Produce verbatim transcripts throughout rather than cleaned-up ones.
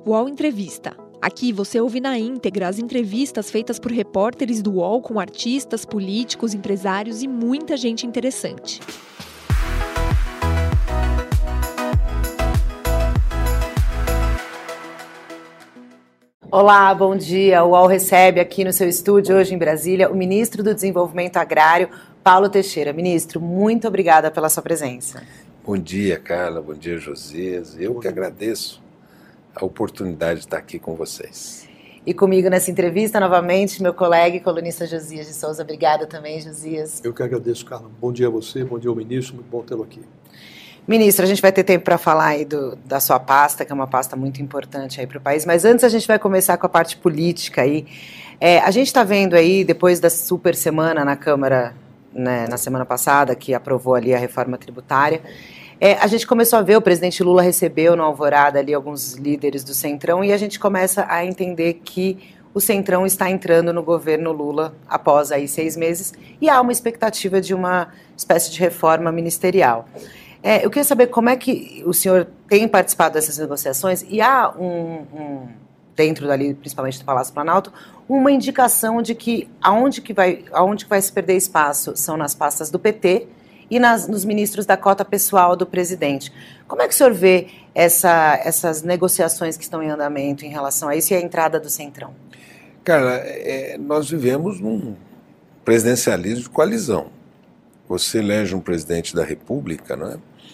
U O L Entrevista. Aqui você ouve na íntegra as entrevistas feitas por repórteres do U O L com artistas, políticos, empresários e muita gente interessante. Olá, bom dia. O U O L recebe aqui no seu estúdio hoje em Brasília o ministro do Desenvolvimento Agrário, Paulo Teixeira. Ministro, muito obrigada pela sua presença. Bom dia, Carla. Bom dia, Josias. Eu que agradeço a oportunidade de estar aqui com vocês. E comigo nessa entrevista, novamente, meu colega e colunista Josias de Souza. Obrigada também, Josias. Eu que agradeço, Carla. Bom dia a você, bom dia ao ministro, muito bom tê-lo aqui. Ministro, a gente vai ter tempo para falar aí do, da sua pasta, que é uma pasta muito importante aí para o país, mas antes a gente vai começar com a parte política aí. É, a gente está vendo aí, depois da super semana na Câmara, né, na semana passada, que aprovou ali a reforma tributária, é, a gente começou a ver, o presidente Lula recebeu no Alvorada ali alguns líderes do Centrão e a gente começa a entender que o Centrão está entrando no governo Lula após aí seis meses e há uma expectativa de uma espécie de reforma ministerial. É, eu queria saber como é que o senhor tem participado dessas negociações e há um, um dentro dali, principalmente do Palácio Planalto, uma indicação de que aonde que vai, aonde que vai se perder espaço são nas pastas do P T e nas, nos ministros da cota pessoal do presidente. Como é que o senhor vê essa, essas negociações que estão em andamento em relação a isso e a entrada do Centrão? Cara, é, nós vivemos num presidencialismo de coalizão. Você elege um presidente da República, não é?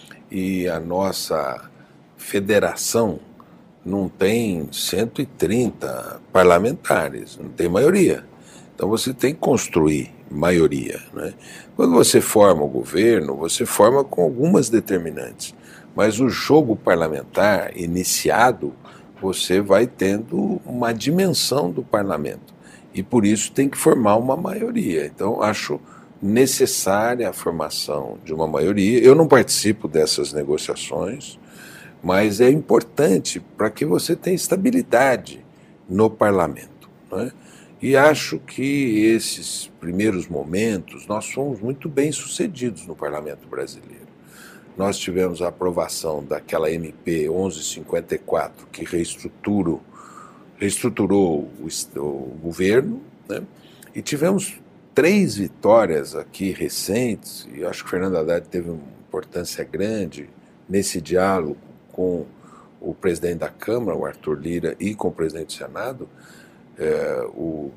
E a nossa federação não tem cento e trinta parlamentares, não tem maioria. Então você tem que construir maioria, né? Quando você forma o governo, você forma com algumas determinantes, mas o jogo parlamentar iniciado, você vai tendo uma dimensão do parlamento e por isso tem que formar uma maioria. Então acho necessária a formação de uma maioria. Eu não participo dessas negociações, mas é importante para que você tenha estabilidade no parlamento, né? E acho que esses primeiros momentos nós fomos muito bem sucedidos no parlamento brasileiro. Nós tivemos a aprovação daquela M P onze cinquenta e quatro que reestruturou, reestruturou o, o governo, né? E tivemos três vitórias aqui recentes, e acho que o Fernando Haddad teve uma importância grande nesse diálogo com o presidente da Câmara, o Arthur Lira, e com o presidente do Senado, é, o,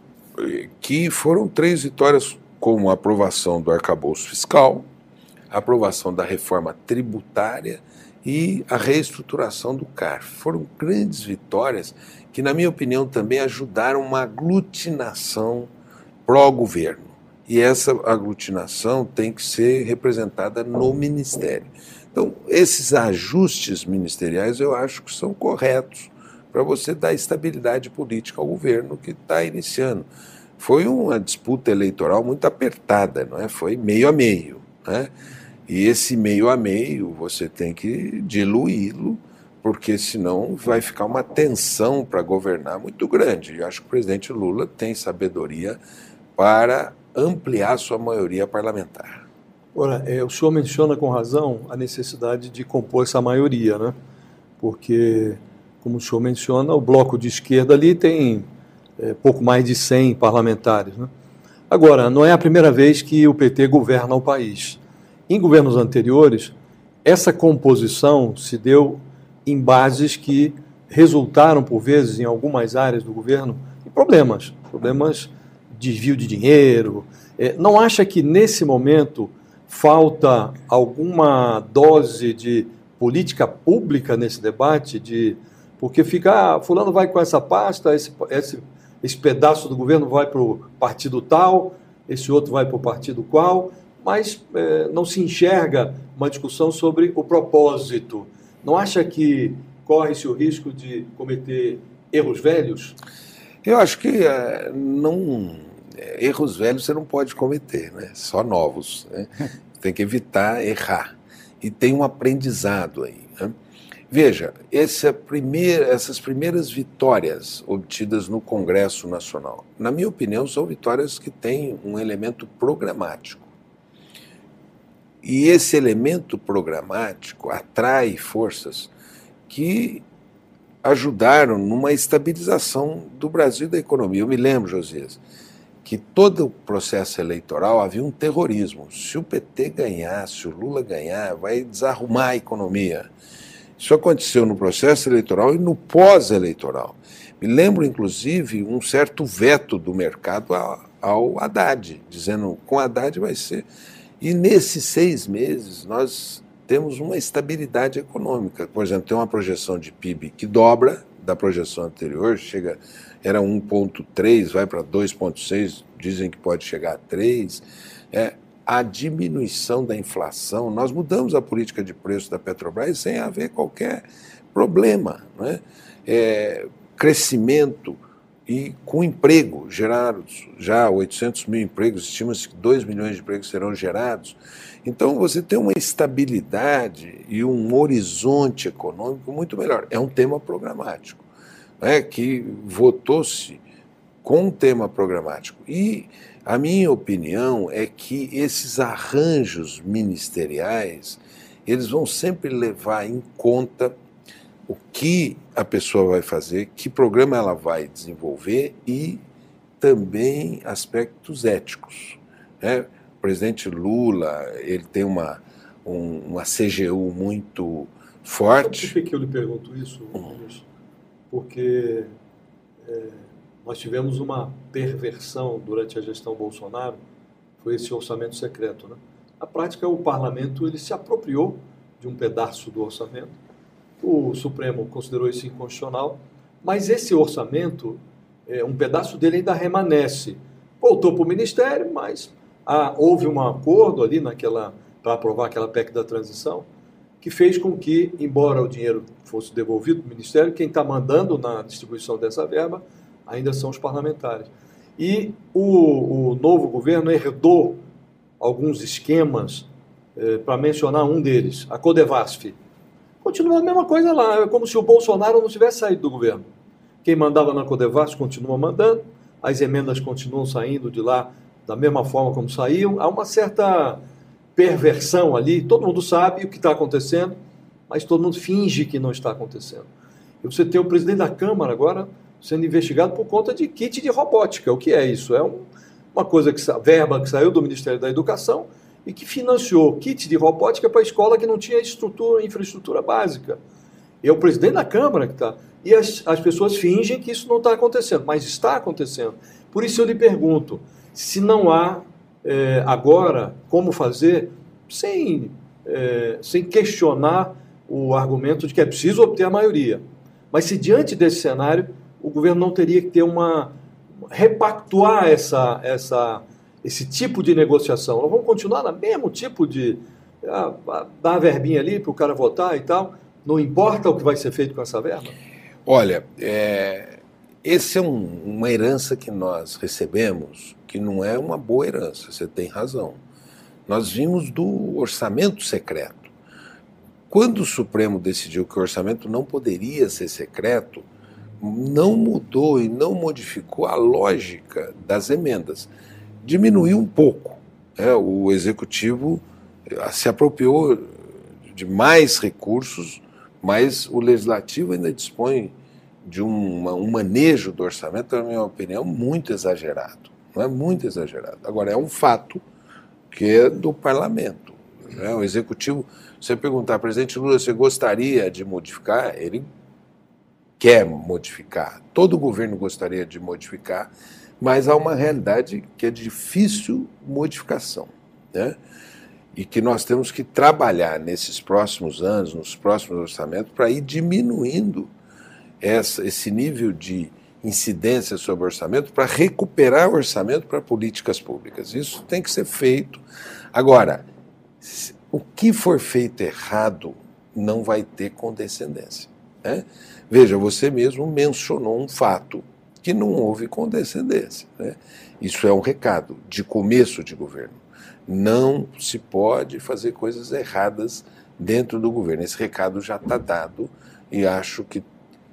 que foram três vitórias como a aprovação do arcabouço fiscal, a aprovação da reforma tributária e a reestruturação do C A R F. Foram grandes vitórias que, na minha opinião, também ajudaram uma aglutinação pró-governo. E essa aglutinação tem que ser representada no Ministério. Então, esses ajustes ministeriais eu acho que são corretos para você dar estabilidade política ao governo que está iniciando. Foi uma disputa eleitoral muito apertada, não é? Foi meio a meio, né? E esse meio a meio você tem que diluí-lo, porque senão vai ficar uma tensão para governar muito grande. Eu acho que o presidente Lula tem sabedoria para ampliar sua maioria parlamentar. Ora, é, o senhor menciona com razão a necessidade de compor essa maioria, né? Porque, como o senhor menciona, o bloco de esquerda ali tem é, pouco mais de cem parlamentares, né? Agora, não é a primeira vez que o P T governa o país. Em governos anteriores, essa composição se deu em bases que resultaram, por vezes, em algumas áreas do governo, em problemas, problemas desvio de dinheiro. É, não acha que, nesse momento, falta alguma dose de política pública nesse debate? De, porque fica, ah, fulano vai com essa pasta, esse, esse, esse pedaço do governo vai para o partido tal, esse outro vai para o partido qual, mas é, não se enxerga uma discussão sobre o propósito. Não acha que corre-se o risco de cometer erros velhos? Eu acho que uh, não... erros velhos você não pode cometer, né? Só novos, né? Tem que evitar errar. E tem um aprendizado aí, né? Veja, essa primeira, essas primeiras vitórias obtidas no Congresso Nacional, na minha opinião, são vitórias que têm um elemento programático. E esse elemento programático atrai forças que ajudaram numa estabilização do Brasil e da economia. Eu me lembro, Josias, que todo o processo eleitoral havia um terrorismo. Se o P T ganhar, se o Lula ganhar, vai desarrumar a economia. Isso aconteceu no processo eleitoral e no pós-eleitoral. Me lembro, inclusive, um certo veto do mercado ao Haddad, dizendo que com Haddad vai ser. E nesses seis meses nós temos uma estabilidade econômica. Por exemplo, tem uma projeção de P I B que dobra da projeção anterior, chega, era um vírgula três, vai para dois vírgula seis, dizem que pode chegar a três. É, a diminuição da inflação, nós mudamos a política de preço da Petrobras sem haver qualquer problema, não é? É, crescimento e com emprego, gerados já oitocentos mil empregos, estima-se que dois milhões de empregos serão gerados. Então você tem uma estabilidade e um horizonte econômico muito melhor. É um tema programático, né, que votou-se com um tema programático. E a minha opinião é que esses arranjos ministeriais, eles vão sempre levar em conta o que a pessoa vai fazer, que programa ela vai desenvolver e também aspectos éticos, né? O presidente Lula, ele tem uma, um, uma C G U muito forte. Sabe por que eu lhe pergunto isso, Hum. Porque é, nós tivemos uma perversão durante a gestão Bolsonaro, foi esse orçamento secreto, né? Na prática, o parlamento ele se apropriou de um pedaço do orçamento. O Supremo considerou isso inconstitucional, mas esse orçamento, é, um pedaço dele ainda remanesce. Voltou para o Ministério, mas ah, houve um acordo ali naquela, para aprovar aquela P E C da transição, que fez com que, embora o dinheiro fosse devolvido para o Ministério, quem está mandando na distribuição dessa verba ainda são os parlamentares. E o, o novo governo herdou alguns esquemas, eh, para mencionar um deles, a Codevasf. Continua a mesma coisa lá, é como se o Bolsonaro não tivesse saído do governo. Quem mandava na Codevasf continua mandando, as emendas continuam saindo de lá da mesma forma como saíam. Há uma certa perversão ali, todo mundo sabe o que está acontecendo, mas todo mundo finge que não está acontecendo. E você tem o presidente da Câmara agora sendo investigado por conta de kit de robótica. O que é isso? É um, uma coisa que verba que saiu do Ministério da Educação e que financiou kit de robótica para a escola que não tinha estrutura, infraestrutura básica. E é o presidente da Câmara que está. E as, as pessoas fingem que isso não está acontecendo, mas está acontecendo. Por isso eu lhe pergunto, se não há é, agora como fazer sem, é, sem questionar o argumento de que é preciso obter a maioria. Mas se diante desse cenário, o governo não teria que ter uma... repactuar essa, essa, esse tipo de negociação. Nós vamos continuar no mesmo tipo de... Ah, dar a verbinha ali para o cara votar e tal. Não importa o que vai ser feito com essa verba? Olha, é, esse é um, uma herança que nós recebemos, que não é uma boa herança, você tem razão. Nós vimos do orçamento secreto. Quando o Supremo decidiu que o orçamento não poderia ser secreto, não mudou e não modificou a lógica das emendas. Diminuiu um pouco. Né? O Executivo se apropriou de mais recursos, mas o Legislativo ainda dispõe de uma, um manejo do orçamento, na minha opinião, muito exagerado. Não é muito exagerado. Agora, é um fato que é do Parlamento. Né? O Executivo, se você perguntar, presidente Lula, você gostaria de modificar? Ele quer modificar. Todo governo gostaria de modificar, mas há uma realidade que é de difícil modificação, né? E que nós temos que trabalhar nesses próximos anos, nos próximos orçamentos, para ir diminuindo essa, esse nível de incidência sobre o orçamento, para recuperar o orçamento para políticas públicas. Isso tem que ser feito. Agora, o que for feito errado não vai ter condescendência, né? Veja, você mesmo mencionou um fato que não houve condescendência, né? Isso é um recado de começo de governo. Não se pode fazer coisas erradas dentro do governo. Esse recado já está dado e acho que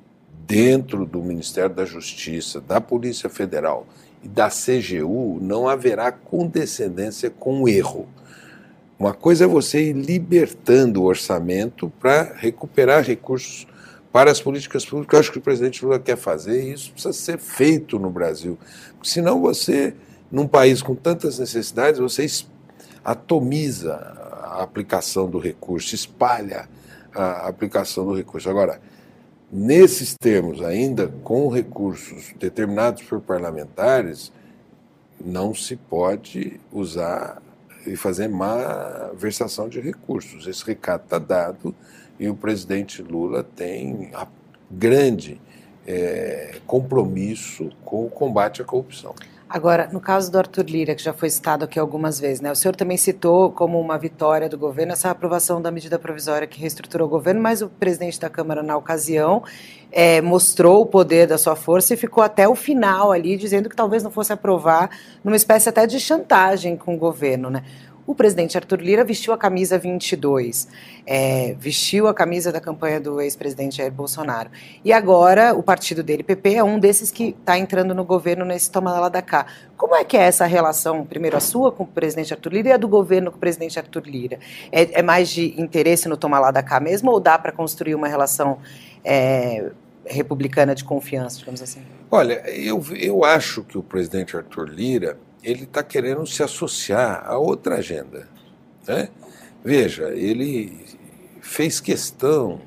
dentro do Ministério da Justiça, da Polícia Federal e da C G U não haverá condescendência com o erro. Uma coisa é você ir libertando o orçamento para recuperar recursos para as políticas públicas. Eu acho que o presidente Lula quer fazer e isso precisa ser feito no Brasil. Porque senão você, num país com tantas necessidades, você atomiza a aplicação do recurso, espalha a aplicação do recurso. Agora, nesses termos, ainda com recursos determinados por parlamentares, não se pode usar e fazer má versação de recursos. Esse recado está dado e o presidente Lula tem a grande é, compromisso com o combate à corrupção. Agora, no caso do Arthur Lira, que já foi citado aqui algumas vezes, né, o senhor também citou como uma vitória do governo essa aprovação da medida provisória que reestruturou o governo, mas o presidente da Câmara, na ocasião, é, mostrou o poder da sua força e ficou até o final ali, dizendo que talvez não fosse aprovar, numa espécie até de chantagem com o governo, né? O presidente Arthur Lira vestiu a camisa vinte e dois, é, vestiu a camisa da campanha do ex-presidente Jair Bolsonaro. E agora o partido dele, P P, é um desses que está entrando no governo nesse toma lá da cá. Como é que é essa relação, primeiro a sua com o presidente Arthur Lira e a do governo com o presidente Arthur Lira? É, é mais de interesse no toma lá da cá mesmo ou dá para construir uma relação é, republicana de confiança, digamos assim? Olha, eu, eu acho que o presidente Arthur Lira ele está querendo se associar a outra agenda, né? Veja, ele fez questão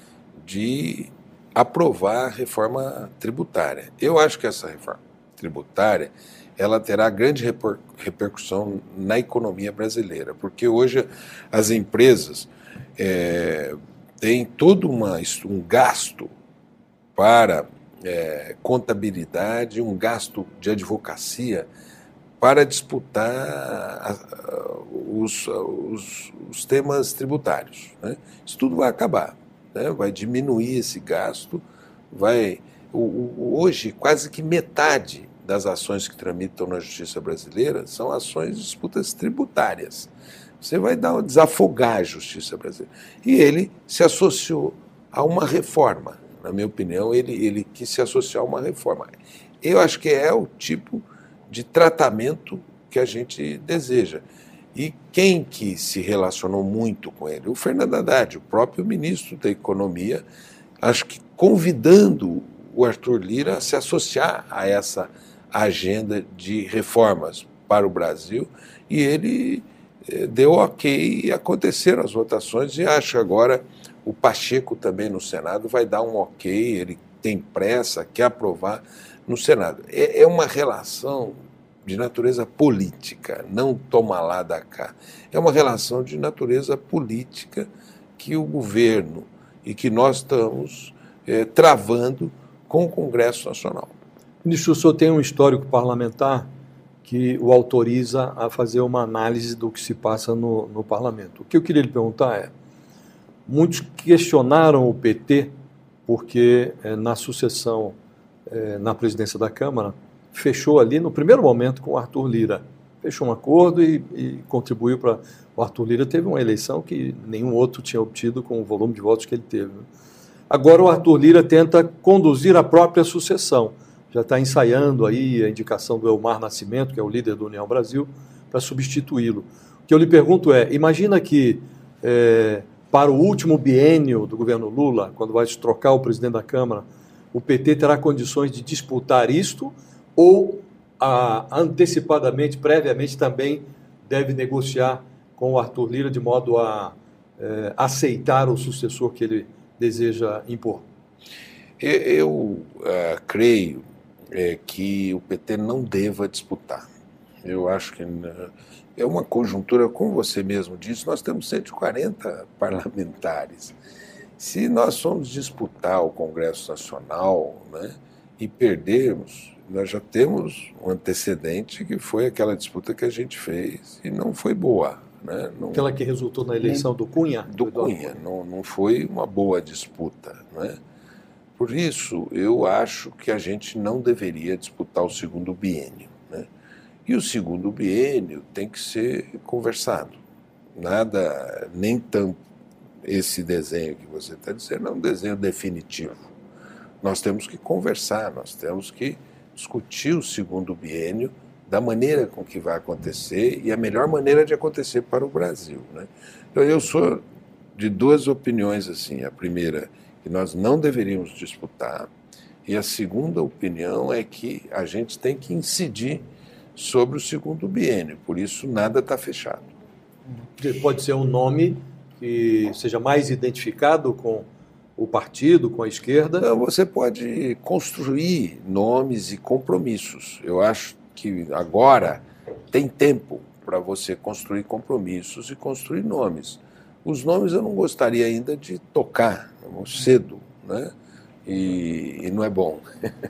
de aprovar a reforma tributária. Eu acho que essa reforma tributária ela terá grande reper, repercussão na economia brasileira, porque hoje as empresas é, têm todo uma, um gasto para é, contabilidade, um gasto de advocacia para disputar os, os, os temas tributários, né? Isso tudo vai acabar, né? Vai diminuir esse gasto, vai... O, o, hoje, quase que metade das ações que tramitam na justiça brasileira são ações de disputas tributárias. Você vai dar, desafogar a justiça brasileira. E ele se associou a uma reforma. Na minha opinião, ele, ele quis se associar a uma reforma. Eu acho que é o tipo de tratamento que a gente deseja. E quem que se relacionou muito com ele? O Fernando Haddad, o próprio ministro da Economia, acho que convidando o Arthur Lira a se associar a essa agenda de reformas para o Brasil, e ele eh, deu ok e aconteceram as votações, e acho que agora o Pacheco também no Senado vai dar um ok, ele tem pressa, quer aprovar no Senado. É uma relação de natureza política, não toma lá da cá. É uma relação de natureza política que o governo e que nós estamos é, travando com o Congresso Nacional. Ministro, o senhor tem um histórico parlamentar que o autoriza a fazer uma análise do que se passa no, no parlamento. O que eu queria lhe perguntar é, muitos questionaram o P T porque é, na sucessão É, na presidência da Câmara, fechou ali no primeiro momento com o Arthur Lira. Fechou um acordo e, e contribuiu para... O Arthur Lira teve uma eleição que nenhum outro tinha obtido com o volume de votos que ele teve. Agora o Arthur Lira tenta conduzir a própria sucessão. Já está ensaiando aí a indicação do Elmar Nascimento, que é o líder do União Brasil, para substituí-lo. O que eu lhe pergunto é, imagina que é, para o último biênio do governo Lula, quando vai se trocar o presidente da Câmara, o P T terá condições de disputar isto ou a, antecipadamente, previamente, também deve negociar com o Arthur Lira de modo a é, aceitar o sucessor que ele deseja impor? Eu, eu uh, creio é, que o P T não deva disputar. Eu acho que uh, é uma conjuntura, como você mesmo disse, nós temos cento e quarenta parlamentares. Se nós formos disputar o Congresso Nacional, né, e perdermos, nós já temos um antecedente que foi aquela disputa que a gente fez e não foi boa. Né? Não, aquela que resultou na eleição do Cunha? Do, do Cunha, não, não foi uma boa disputa. Né? Por isso, eu acho que a gente não deveria disputar o segundo biênio. Né? E o segundo biênio tem que ser conversado. Nada, nem tanto. Esse desenho que você está dizendo é um desenho definitivo. Nós temos que conversar, nós temos que discutir o segundo biênio da maneira com que vai acontecer e a melhor maneira de acontecer para o Brasil. Né? Então, eu sou de duas opiniões. Assim. A primeira, que nós não deveríamos disputar. E a segunda opinião é que a gente tem que incidir sobre o segundo biênio, por isso nada está fechado. Pode ser um nome que seja mais identificado com o partido, com a esquerda? Não, você pode construir nomes e compromissos. Eu acho que agora tem tempo para você construir compromissos e construir nomes. Os nomes eu não gostaria ainda de tocar cedo, né? E, e não é bom.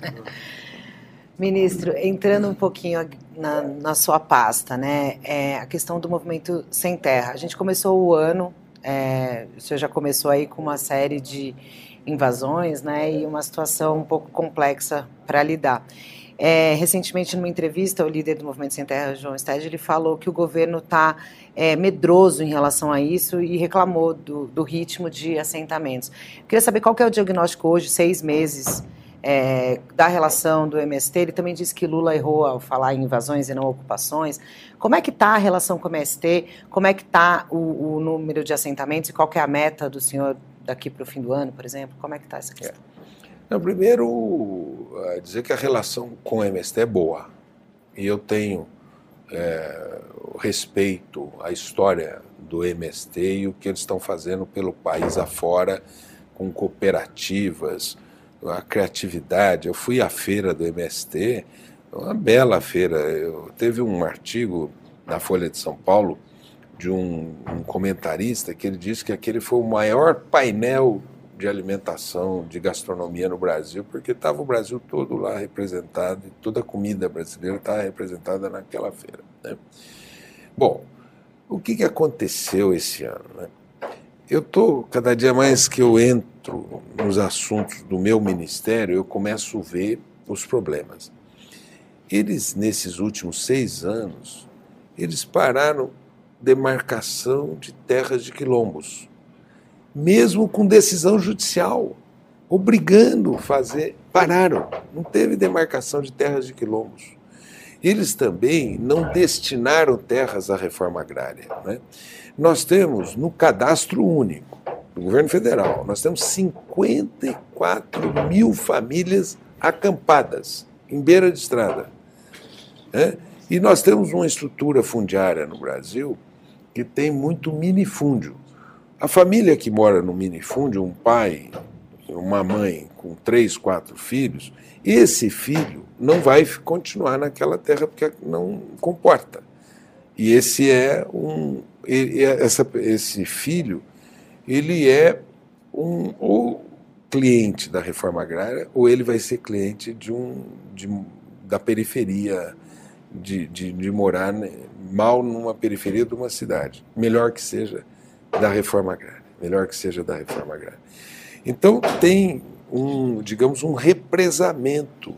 Ministro, entrando um pouquinho na, na sua pasta, né? É, a questão do movimento Sem Terra. A gente começou o ano, é, o senhor já começou aí com uma série de invasões, né? E uma situação um pouco complexa para lidar. É, recentemente, numa entrevista, o líder do Movimento Sem Terra, João Stede, ele falou que o governo está é, medroso em relação a isso e reclamou do, do ritmo de assentamentos. Eu queria saber qual que é o diagnóstico hoje, seis meses, é, da relação do M S T. Ele também disse que Lula errou ao falar em invasões e não ocupações. Como é que está a relação com o M S T? Como é que está o, o número de assentamentos e qual que é a meta do senhor daqui para o fim do ano, por exemplo? Como é que está essa questão? É. Não, primeiro, dizer que a relação com o M S T é boa. E eu tenho é, respeito à história do M S T e o que eles estão fazendo pelo país afora, com cooperativas, a criatividade. Eu fui à feira do M S T, uma bela feira. Eu, teve um artigo na Folha de São Paulo de um, um comentarista que ele disse que aquele foi o maior painel de alimentação, de gastronomia no Brasil, porque estava o Brasil todo lá representado e toda a comida brasileira estava representada naquela feira, né? Bom, o que, que aconteceu esse ano, né? Eu estou, cada dia mais que eu entro nos assuntos do meu ministério, eu começo a ver os problemas. Eles, nesses últimos seis anos, eles pararam demarcação de terras de quilombos, mesmo com decisão judicial, obrigando a fazer, pararam, não teve demarcação de terras de quilombos. Eles também não destinaram terras à reforma agrária, né? Nós temos, no cadastro único do governo federal, nós temos cinquenta e quatro mil famílias acampadas, em beira de estrada, né? E nós temos uma estrutura fundiária no Brasil que tem muito minifúndio. A família que mora no minifúndio, um pai, uma mãe com três, quatro filhos, esse filho não vai continuar naquela terra porque não comporta. E esse é um, ele, essa, esse filho, ele é um ou cliente da reforma agrária ou ele vai ser cliente de um, de, da periferia, de, de, de morar mal numa periferia de uma cidade. Melhor que seja da reforma agrária, melhor que seja da reforma agrária. Então tem um, digamos, um represamento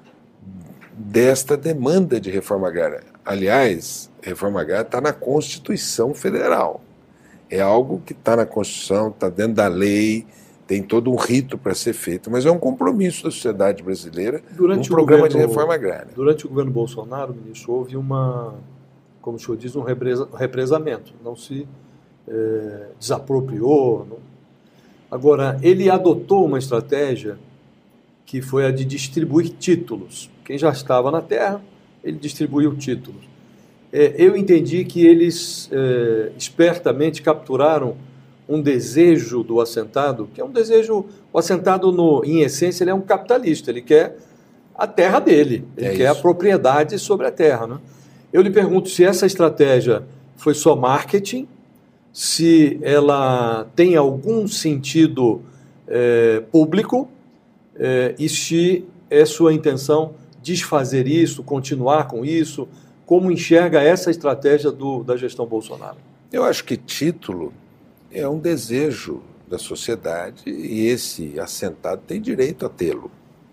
desta demanda de reforma agrária. Aliás, a reforma agrária está na Constituição Federal. É algo que está na Constituição, está dentro da lei, tem todo um rito para ser feito, mas é um compromisso da sociedade brasileira, durante um programa governo, de reforma agrária. Durante o governo Bolsonaro, ministro, houve uma, como o senhor diz, um represa, represamento. Não se é, desapropriou. Não. Agora, ele adotou uma estratégia que foi a de distribuir títulos. Quem já estava na terra, ele distribuiu títulos. É, eu entendi que eles é, espertamente capturaram um desejo do assentado, que é um desejo, o assentado, no, em essência, ele é um capitalista, ele quer a terra dele, ele é quer isso. A propriedade sobre a terra, né? Eu lhe pergunto se essa estratégia foi só marketing, se ela tem algum sentido é, público, é, e se é sua intenção desfazer isso, continuar com isso, como enxerga essa estratégia do, da gestão Bolsonaro? Eu acho que título é um desejo da sociedade e esse assentado tem direito a tê-lo.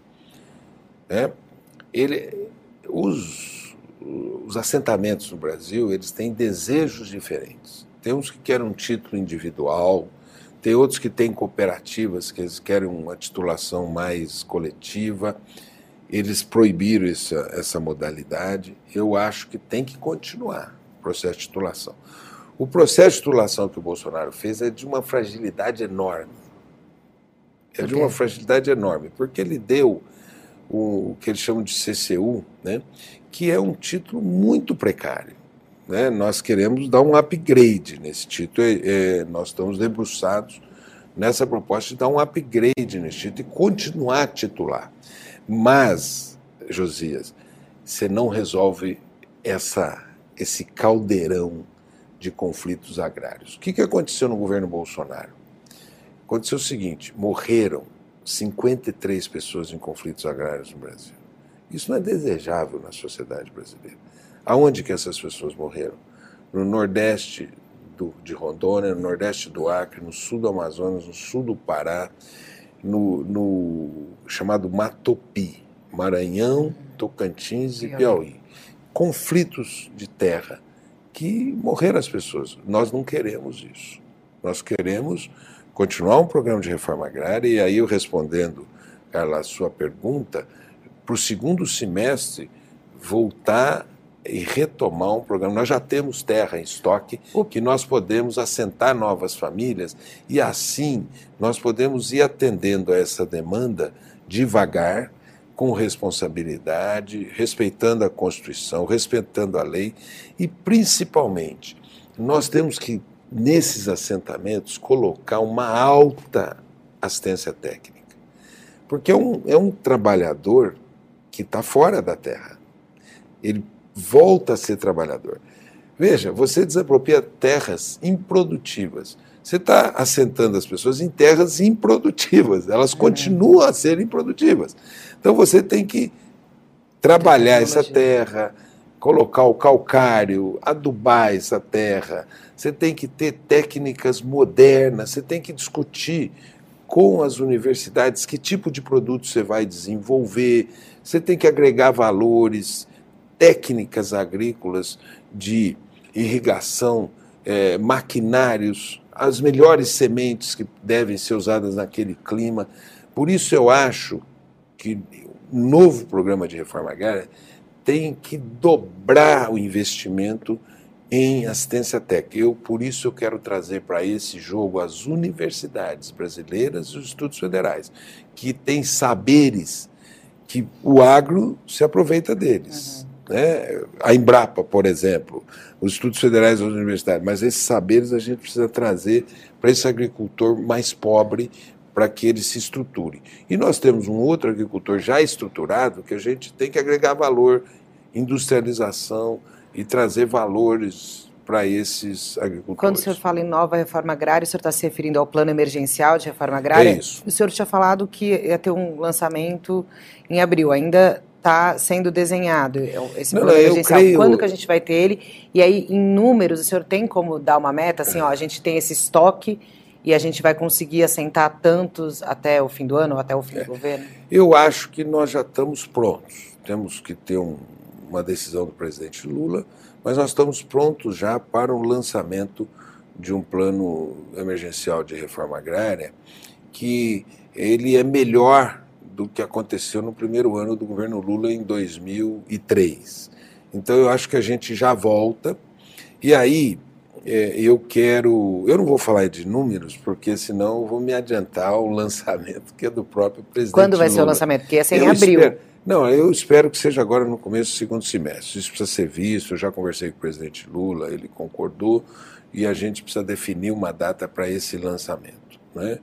É, ele, os, os assentamentos no Brasil, eles têm desejos diferentes. Tem uns que querem um título individual, tem outros que têm cooperativas que eles querem uma titulação mais coletiva. Eles proibiram essa, essa modalidade. Eu acho que tem que continuar o processo de titulação. O processo de titulação que o Bolsonaro fez é de uma fragilidade enorme. É de uma fragilidade enorme, porque ele deu o, o que eles chamam de C C U, né, que é um título muito precário. Né? Nós queremos dar um upgrade nesse título, é, é, nós estamos debruçados nessa proposta de dar um upgrade nesse título e continuar a titular. Mas, Josias, você não resolve essa, esse caldeirão de conflitos agrários. O que, que aconteceu no governo Bolsonaro? Aconteceu o seguinte, morreram cinquenta e três pessoas em conflitos agrários no Brasil. Isso não é desejável na sociedade brasileira. Aonde que essas pessoas morreram? No Nordeste do, de Rondônia, no Nordeste do Acre, no Sul do Amazonas, no Sul do Pará, no, no chamado Matopi, Maranhão, Tocantins e Piauí. Conflitos de terra que morreram as pessoas. Nós não queremos isso. Nós queremos continuar um programa de reforma agrária, e aí eu respondendo, Carla, a sua pergunta, para o segundo semestre voltar e retomar um programa. Nós já temos terra em estoque que nós podemos assentar novas famílias e assim nós podemos ir atendendo a essa demanda devagar, com responsabilidade, respeitando a Constituição, respeitando a lei e, principalmente, nós temos que, nesses assentamentos, colocar uma alta assistência técnica. Porque é um, é um trabalhador que está fora da terra. Ele volta a ser trabalhador. Veja, você desapropria terras improdutivas. Você está assentando as pessoas em terras improdutivas. Elas é. continuam a ser improdutivas. Então você tem que trabalhar essa terra, colocar o calcário, adubar essa terra. Você tem que ter técnicas modernas, você tem que discutir com as universidades que tipo de produto você vai desenvolver, você tem que agregar valores, técnicas agrícolas de irrigação, é, maquinários, as melhores sementes que devem ser usadas naquele clima. Por isso eu acho que o novo programa de reforma agrária tem que dobrar o investimento em assistência técnica. Eu, por isso eu quero trazer para esse jogo as universidades brasileiras e os institutos federais, que têm saberes que o agro se aproveita deles. Uhum. Né? A Embrapa, por exemplo, os institutos federais e as universidades, mas esses saberes a gente precisa trazer para esse agricultor mais pobre, para que ele se estruture. E nós temos um outro agricultor já estruturado que a gente tem que agregar valor, industrialização e trazer valores para esses agricultores. Quando o senhor fala em nova reforma agrária, o senhor está se referindo ao plano emergencial de reforma agrária? É isso. O senhor tinha falado que ia ter um lançamento em abril, ainda está sendo desenhado esse não, plano não, emergencial. Creio... Quando que a gente vai ter ele? E aí, em números, o senhor tem como dar uma meta? Assim, ó, a gente tem esse estoque e a gente vai conseguir assentar tantos até o fim do ano, ou até o fim é. do governo? Eu acho que nós já estamos prontos. Temos que ter um, uma decisão do presidente Lula, mas nós estamos prontos já para o lançamento de um plano emergencial de reforma agrária que ele é melhor do que aconteceu no primeiro ano do governo Lula em dois mil e três. Então eu acho que a gente já volta, e aí é, eu quero, eu não vou falar de números, porque senão eu vou me adiantar ao lançamento que é do próprio presidente Lula. Quando vai ser o lançamento? Porque esse é em eu abril. Espero, não, eu espero que seja agora no começo do segundo semestre. Isso precisa ser visto, eu já conversei com o presidente Lula, ele concordou, e a gente precisa definir uma data para esse lançamento, né?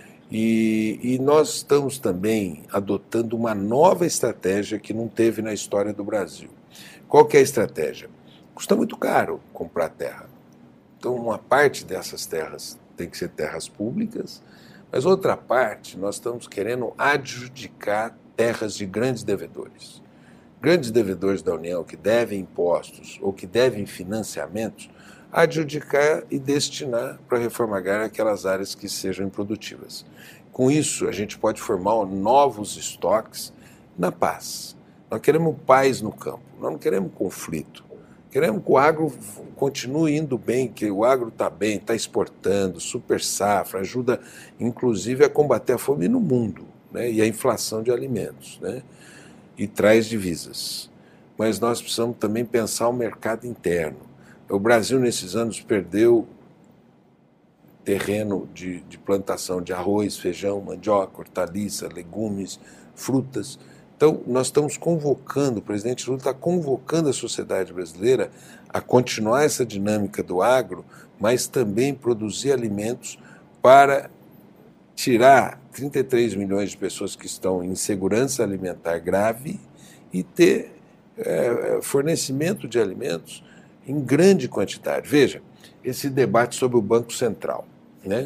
E, e nós estamos também adotando uma nova estratégia que não teve na história do Brasil. Qual que é a estratégia? Custa muito caro comprar terra. Então, uma parte dessas terras tem que ser terras públicas, mas outra parte nós estamos querendo adjudicar terras de grandes devedores. Grandes devedores da União que devem impostos ou que devem financiamentos, adjudicar e destinar para a reforma agrária aquelas áreas que sejam improdutivas. Com isso, a gente pode formar novos estoques na paz. Nós queremos paz no campo, nós não queremos conflito. Queremos que o agro continue indo bem, que o agro está bem, está exportando, super safra, ajuda inclusive a combater a fome no mundo, né, e a inflação de alimentos, né, e traz divisas. Mas nós precisamos também pensar o mercado interno. O Brasil, nesses anos, perdeu terreno de, de plantação de arroz, feijão, mandioca, hortaliça, legumes, frutas. Então, nós estamos convocando, o presidente Lula está convocando a sociedade brasileira a continuar essa dinâmica do agro, mas também produzir alimentos para tirar trinta e três milhões de pessoas que estão em insegurança alimentar grave e ter é, fornecimento de alimentos em grande quantidade. Veja, esse debate sobre o Banco Central, né?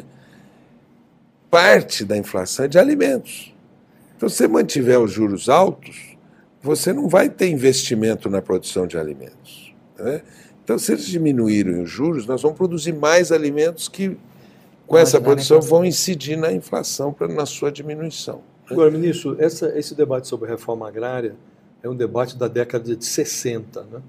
Parte da inflação é de alimentos. Então, se você mantiver os juros altos, você não vai ter investimento na produção de alimentos, né? Então, se eles diminuírem os juros, nós vamos produzir mais alimentos que, com essa produção, vão incidir na inflação, pra, na sua diminuição, né? Agora, ministro, essa, esse debate sobre reforma agrária é um debate da década de sessenta, né?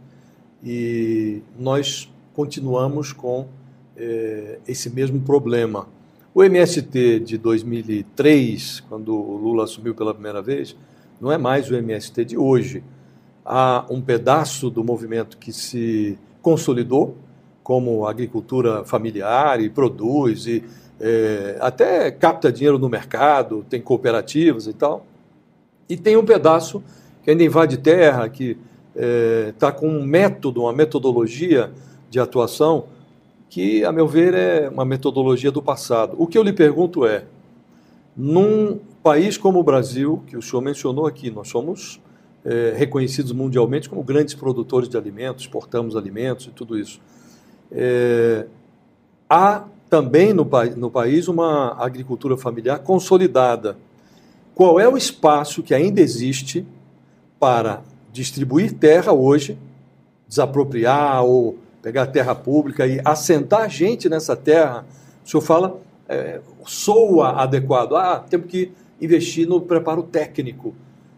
E nós continuamos com eh, esse mesmo problema. O M S T de dois mil e três, quando o Lula assumiu pela primeira vez, não é mais o M S T de hoje. Há um pedaço do movimento que se consolidou, como a agricultura familiar, e produz, e é, até capta dinheiro no mercado, tem cooperativas e tal. E tem um pedaço que ainda invade terra, que está é, com um método, uma metodologia de atuação que, a meu ver, é uma metodologia do passado. O que eu lhe pergunto é, num país como o Brasil, que o senhor mencionou aqui, nós somos é, reconhecidos mundialmente como grandes produtores de alimentos, exportamos alimentos e tudo isso. É, há também no, no país uma agricultura familiar consolidada. Qual é o espaço que ainda existe para distribuir terra hoje, desapropriar ou pegar terra pública e assentar gente nessa terra? O senhor fala, é, soa adequado, ah, temos que investir no preparo técnico,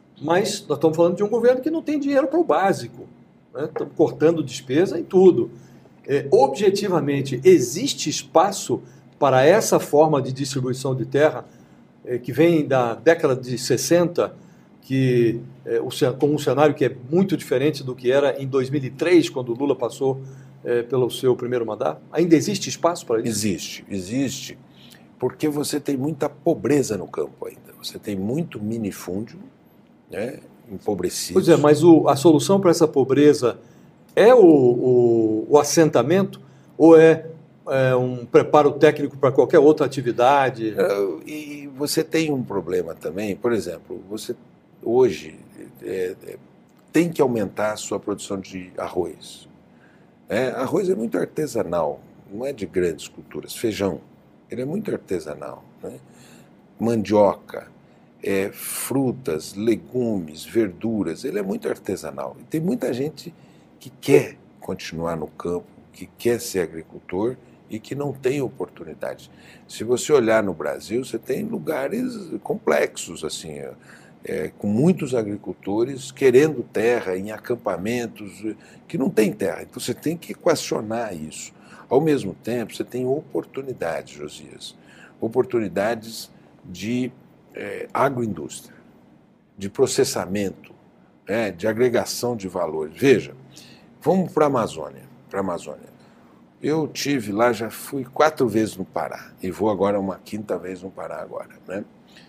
mas nós estamos falando de um governo que não tem dinheiro para o básico, né? Estamos cortando despesa em tudo. É, objetivamente, existe espaço para essa forma de distribuição de terra é, que vem da década de sessenta, que, é, o, com um cenário que é muito diferente do que era em dois mil e três, quando o Lula passou é, pelo seu primeiro mandato? Ainda existe espaço para isso? Existe, existe, porque você tem muita pobreza no campo ainda. Você tem muito minifúndio, né, empobrecido. Pois é, mas o, a solução para essa pobreza é o, o, o assentamento ou é, é um preparo técnico para qualquer outra atividade? E você tem um problema também, por exemplo, você hoje é, é, tem que aumentar a sua produção de arroz. É, arroz é muito artesanal, não é de grandes culturas. Feijão, ele é muito artesanal, né? Mandioca, é, frutas, legumes, verduras, ele é muito artesanal. E tem muita gente que quer continuar no campo, que quer ser agricultor e que não tem oportunidade. Se você olhar no Brasil, você tem lugares complexos, assim, é, com muitos agricultores querendo terra em acampamentos que não tem terra. Então você tem que equacionar isso. Ao mesmo tempo, você tem oportunidades, Josias, oportunidades de é, agroindústria, de processamento, é, de agregação de valores. Veja, vamos para a Amazônia, para a Amazônia. Eu tive lá, já fui quatro vezes no Pará, e vou agora uma quinta vez no Pará agora, né?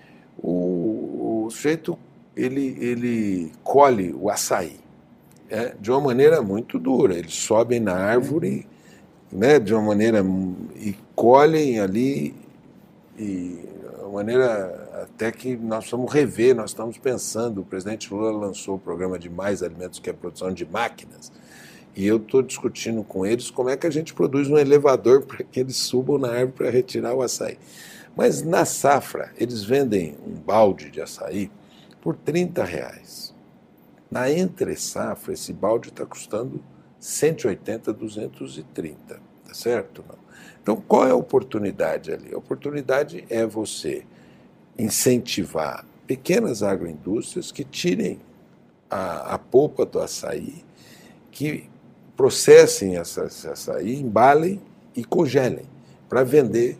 O, o sujeito, ele, ele colhe o açaí, é, de uma maneira muito dura. Eles sobem na árvore, né, de uma maneira, e colhem ali, e de uma maneira até que nós vamos rever, nós estamos pensando, o presidente Lula lançou o programa de Mais Alimentos, que é a produção de máquinas, e eu estou discutindo com eles como é que a gente produz um elevador para que eles subam na árvore para retirar o açaí. Mas na safra, eles vendem um balde de açaí por trinta reais. Na entre safra, esse balde está custando cento e oitenta, duzentos e trinta, tá certo? Não. Então, qual é a oportunidade ali? A oportunidade é você incentivar pequenas agroindústrias que tirem a, a polpa do açaí, que processem essa, esse açaí, embalem e congelem para vender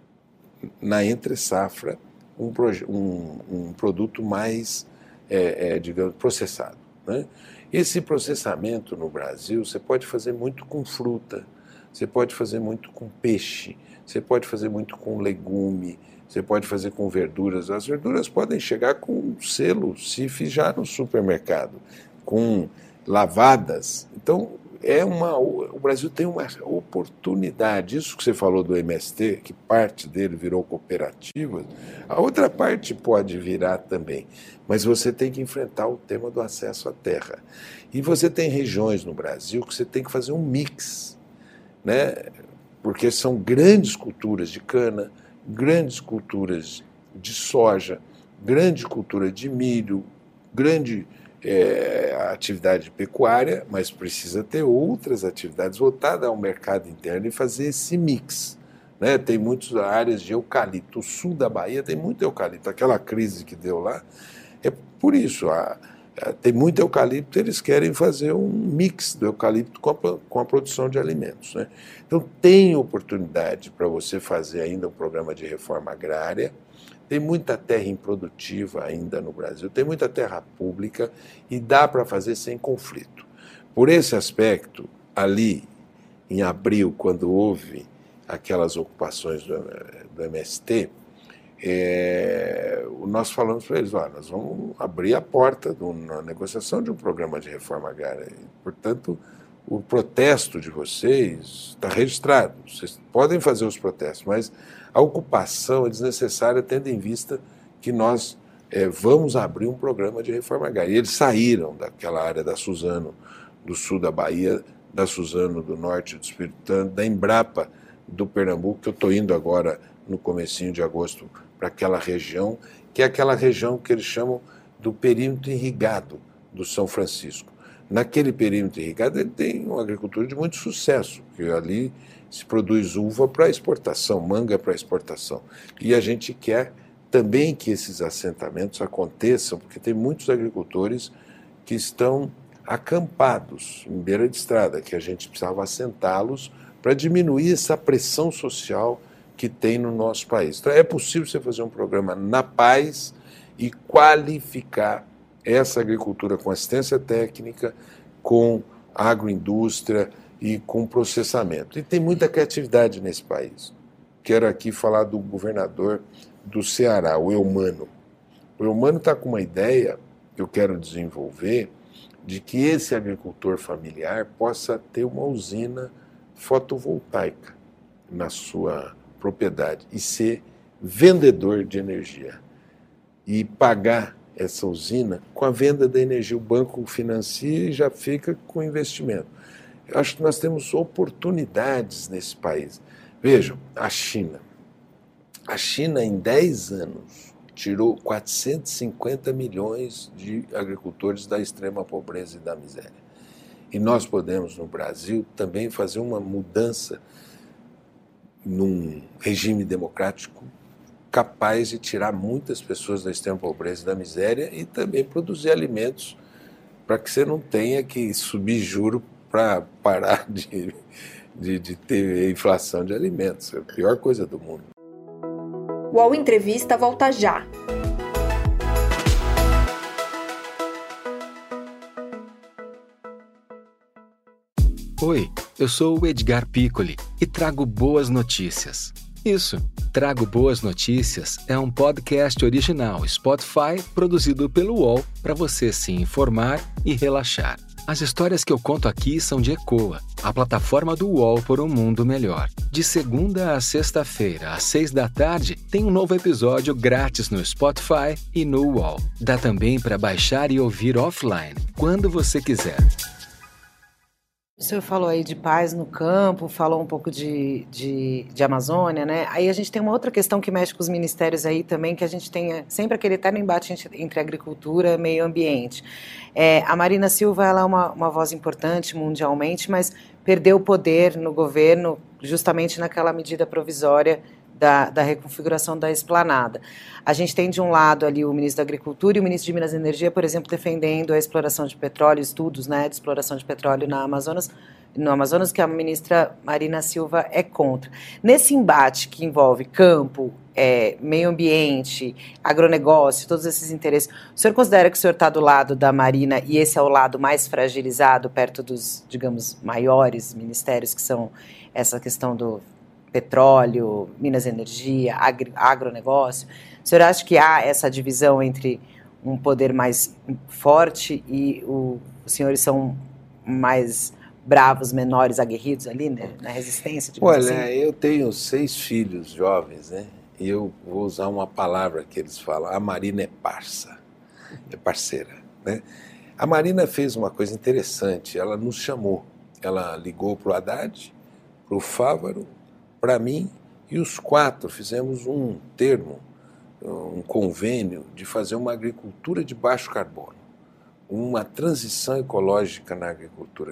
na entre-safra um, um, um produto mais, é, é, digamos, processado, né? Esse processamento no Brasil você pode fazer muito com fruta, você pode fazer muito com peixe, você pode fazer muito com legume, você pode fazer com verduras. As verduras podem chegar com selo C I F já no supermercado, com lavadas. Então, é uma, o Brasil tem uma oportunidade. Isso que você falou do M S T, que parte dele virou cooperativa, a outra parte pode virar também. Mas você tem que enfrentar o tema do acesso à terra. E você tem regiões no Brasil que você tem que fazer um mix, né? Porque são grandes culturas de cana, grandes culturas de soja, grande cultura de milho, grande é, atividade pecuária, mas precisa ter outras atividades voltadas ao mercado interno e fazer esse mix, né? Tem muitas áreas de eucalipto. O sul da Bahia tem muito eucalipto. Aquela crise que deu lá é por isso. A, a, tem muito eucalipto, eles querem fazer um mix do eucalipto com a, com a produção de alimentos, né? Então tem oportunidade para você fazer ainda um programa de reforma agrária. Tem muita terra improdutiva ainda no Brasil, tem muita terra pública e dá para fazer sem conflito. Por esse aspecto, ali em abril, quando houve aquelas ocupações do, do M S T, é, nós falamos para eles, ó, nós vamos abrir a porta do, na negociação de um programa de reforma agrária. Portanto, o protesto de vocês está registrado, vocês podem fazer os protestos, mas a ocupação é desnecessária, tendo em vista que nós é, vamos abrir um programa de reforma agrária. E eles saíram daquela área da Suzano, do sul da Bahia, da Suzano do norte do Espírito Santo, da Embrapa do Pernambuco, que eu estou indo agora no comecinho de agosto para aquela região, que é aquela região que eles chamam do perímetro irrigado do São Francisco. Naquele perímetro irrigado ele tem uma agricultura de muito sucesso, que ali se produz uva para exportação, manga para exportação. E a gente quer também que esses assentamentos aconteçam, porque tem muitos agricultores que estão acampados em beira de estrada, que a gente precisava assentá-los para diminuir essa pressão social que tem no nosso país. Então é possível você fazer um programa na paz e qualificar essa agricultura com assistência técnica, com agroindústria e com processamento. E tem muita criatividade nesse país. Quero aqui falar do governador do Ceará, o Eumano. O Eumano está com uma ideia que eu quero desenvolver de que esse agricultor familiar possa ter uma usina fotovoltaica na sua propriedade e ser vendedor de energia e pagar essa usina com a venda da energia. O banco financia e já fica com investimento. Eu acho que nós temos oportunidades nesse país. Vejam, a China. A China, em dez anos, tirou quatrocentos e cinquenta milhões de agricultores da extrema pobreza e da miséria. E nós podemos, no Brasil, também fazer uma mudança num regime democrático capaz de tirar muitas pessoas da extrema pobreza e da miséria e também produzir alimentos para que você não tenha que subir juro para parar de, de, de ter inflação de alimentos. É a pior coisa do mundo. O U O L Entrevista volta já. Oi, eu sou o Edgar Piccoli e trago boas notícias. Isso, Trago Boas Notícias é um podcast original Spotify produzido pelo U O L para você se informar e relaxar. As histórias que eu conto aqui são de Ecoa, a plataforma do U O L por um mundo melhor. De segunda a sexta-feira, às seis da tarde, tem um novo episódio grátis no Spotify e no U O L. Dá também para baixar e ouvir offline, quando você quiser. O senhor falou aí de paz no campo, falou um pouco de, de, de Amazônia, né? Aí a gente tem uma outra questão que mexe com os ministérios aí também, que a gente tem sempre aquele eterno embate entre agricultura e meio ambiente. É, a Marina Silva, ela é uma, uma voz importante mundialmente, mas perdeu o poder no governo justamente naquela medida provisória Da, da reconfiguração da esplanada. A gente tem de um lado ali o ministro da Agricultura e o ministro de Minas e Energia, por exemplo, defendendo a exploração de petróleo, estudos, né, de exploração de petróleo na Amazonas, no Amazonas, que a ministra Marina Silva é contra. Nesse embate que envolve campo, é, meio ambiente, agronegócio, todos esses interesses, o senhor considera que o senhor está do lado da Marina e esse é o lado mais fragilizado, perto dos, digamos, maiores ministérios, que são essa questão do petróleo, Minas e Energia, agri, agronegócio? O senhor acha que há essa divisão entre um poder mais forte e o, os senhores são mais bravos, menores, aguerridos ali, né, na resistência? Olha, assim? eu tenho seis filhos jovens, né? E eu vou usar uma palavra que eles falam, a Marina é parça, é parceira, né? A Marina fez uma coisa interessante, ela nos chamou, ela ligou para o Haddad, para o Fávaro, para mim, e os quatro fizemos um termo, um convênio de fazer uma agricultura de baixo carbono, uma transição ecológica na agricultura.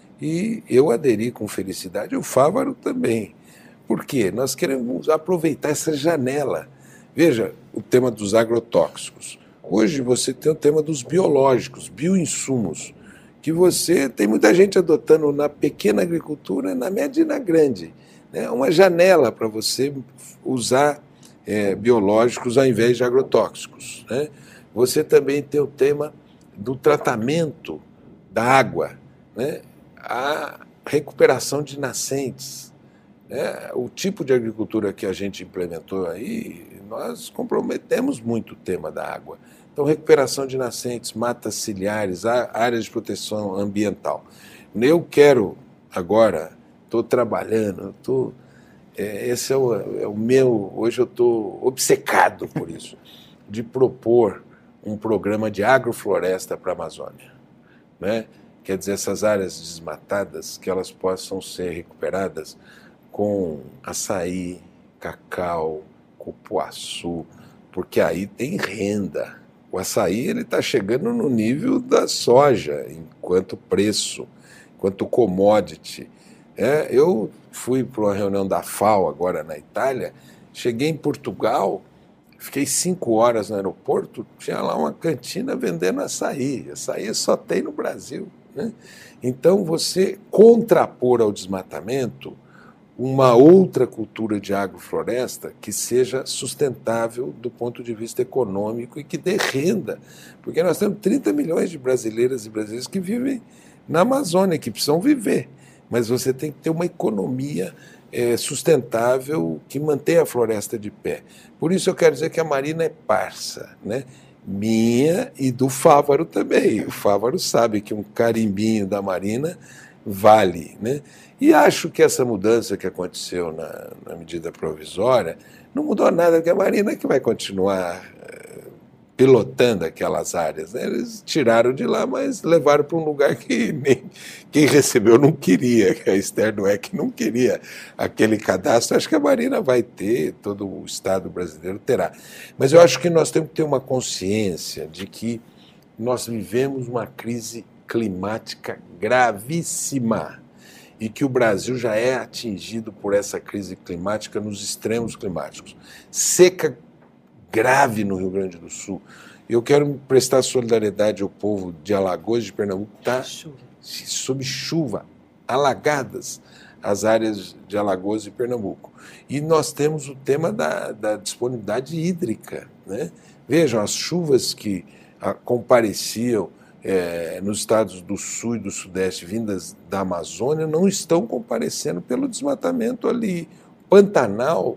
E eu aderi com felicidade, o Fávaro também. Por quê? Nós queremos aproveitar essa janela. Veja, o tema dos agrotóxicos. Hoje você tem o tema dos biológicos, bioinsumos, que você tem muita gente adotando na pequena agricultura, na média e na grande. É uma janela para você usar é, biológicos ao invés de agrotóxicos, né? Você também tem o tema do tratamento da água, né? A recuperação de nascentes. É, o tipo de agricultura que a gente implementou aí, nós comprometemos muito o tema da água. Então, recuperação de nascentes, matas ciliares, áreas de proteção ambiental. Eu quero agora, estou trabalhando, tô, é, esse é o, é o meu, hoje eu estou obcecado por isso, de propor um programa de agrofloresta para a Amazônia, né? Quer dizer, essas áreas desmatadas, que elas possam ser recuperadas com açaí, cacau, cupuaçu, porque aí tem renda. O açaí está chegando no nível da soja, enquanto preço, enquanto commodity. É, eu fui para uma reunião da FAO agora na Itália, cheguei em Portugal, fiquei cinco horas no aeroporto, tinha lá uma cantina vendendo açaí. Açaí só tem no Brasil, né? Então, você contrapor ao desmatamento uma outra cultura de agrofloresta que seja sustentável do ponto de vista econômico e que dê renda. Porque nós temos trinta milhões de brasileiras e brasileiros que vivem na Amazônia, que precisam viver. Mas você tem que ter uma economia é, sustentável que mantenha a floresta de pé. Por isso eu quero dizer que a Marina é parça, né? Minha e do Fávaro também. O Fávaro sabe que um carimbinho da Marina vale, né? E acho que essa mudança que aconteceu na, na medida provisória não mudou nada, porque a Marina é que vai continuar é, pilotando aquelas áreas, né? Eles tiraram de lá, mas levaram para um lugar que nem quem recebeu não queria, que a Esther Dweck não queria aquele cadastro. Acho que a Marina vai ter, todo o Estado brasileiro terá. Mas eu acho que nós temos que ter uma consciência de que nós vivemos uma crise climática gravíssima e que o Brasil já é atingido por essa crise climática nos extremos climáticos. Seca grave no Rio Grande do Sul. Eu quero prestar solidariedade ao povo de Alagoas, de Pernambuco, que está sob chuva, alagadas as áreas de Alagoas e Pernambuco. E nós temos o tema da, da disponibilidade hídrica, né? Vejam, as chuvas que a, compareciam É, nos estados do sul e do sudeste, vindas da Amazônia, não estão comparecendo pelo desmatamento ali. Pantanal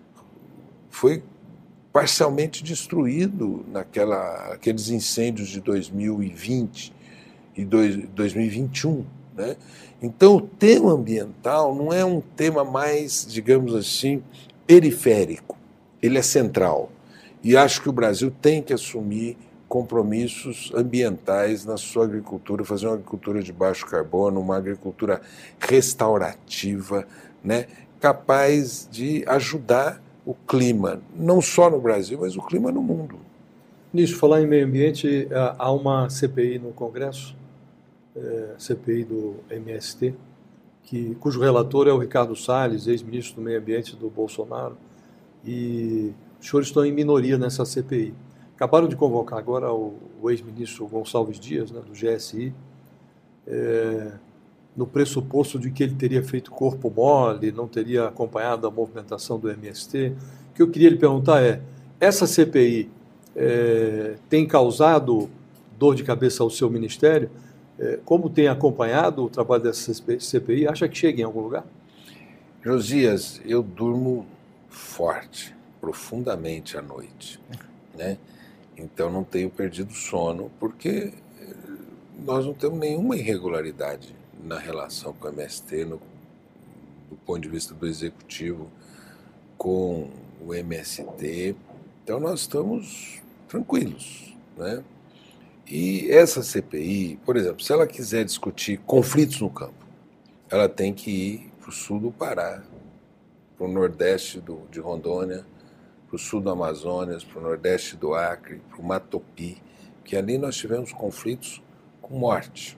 foi parcialmente destruído naqueles incêndios de dois mil e vinte e dois mil e vinte e um. Né? Então, o tema ambiental não é um tema mais, digamos assim, periférico. Ele é central. E acho que o Brasil tem que assumir compromissos ambientais na sua agricultura, fazer uma agricultura de baixo carbono, uma agricultura restaurativa, né, capaz de ajudar o clima, não só no Brasil, mas o clima no mundo. Nisso, falar em meio ambiente, há uma C P I no Congresso, é, C P I do M S T, que, cujo relator é o Ricardo Salles, ex-ministro do Meio Ambiente do Bolsonaro, e os senhores estão em minoria nessa C P I. Acabaram de convocar agora o, o ex-ministro Gonçalves Dias, né, do G S I, é, no pressuposto de que ele teria feito corpo mole, não teria acompanhado a movimentação do M S T. O que eu queria lhe perguntar é, essa C P I é, tem causado dor de cabeça ao seu ministério? É, como tem acompanhado o trabalho dessa C P I? Acha que chega em algum lugar? Josias, eu durmo forte, profundamente à noite, né? Então não tenho perdido sono, porque nós não temos nenhuma irregularidade na relação com o M S T, no, do ponto de vista do Executivo, com o M S T. Então nós estamos tranquilos, né? E essa C P I, por exemplo, se ela quiser discutir conflitos no campo, ela tem que ir para o sul do Pará, para o nordeste do, de Rondônia, para o sul do Amazonas, para o nordeste do Acre, para o Matopi, que ali nós tivemos conflitos com morte.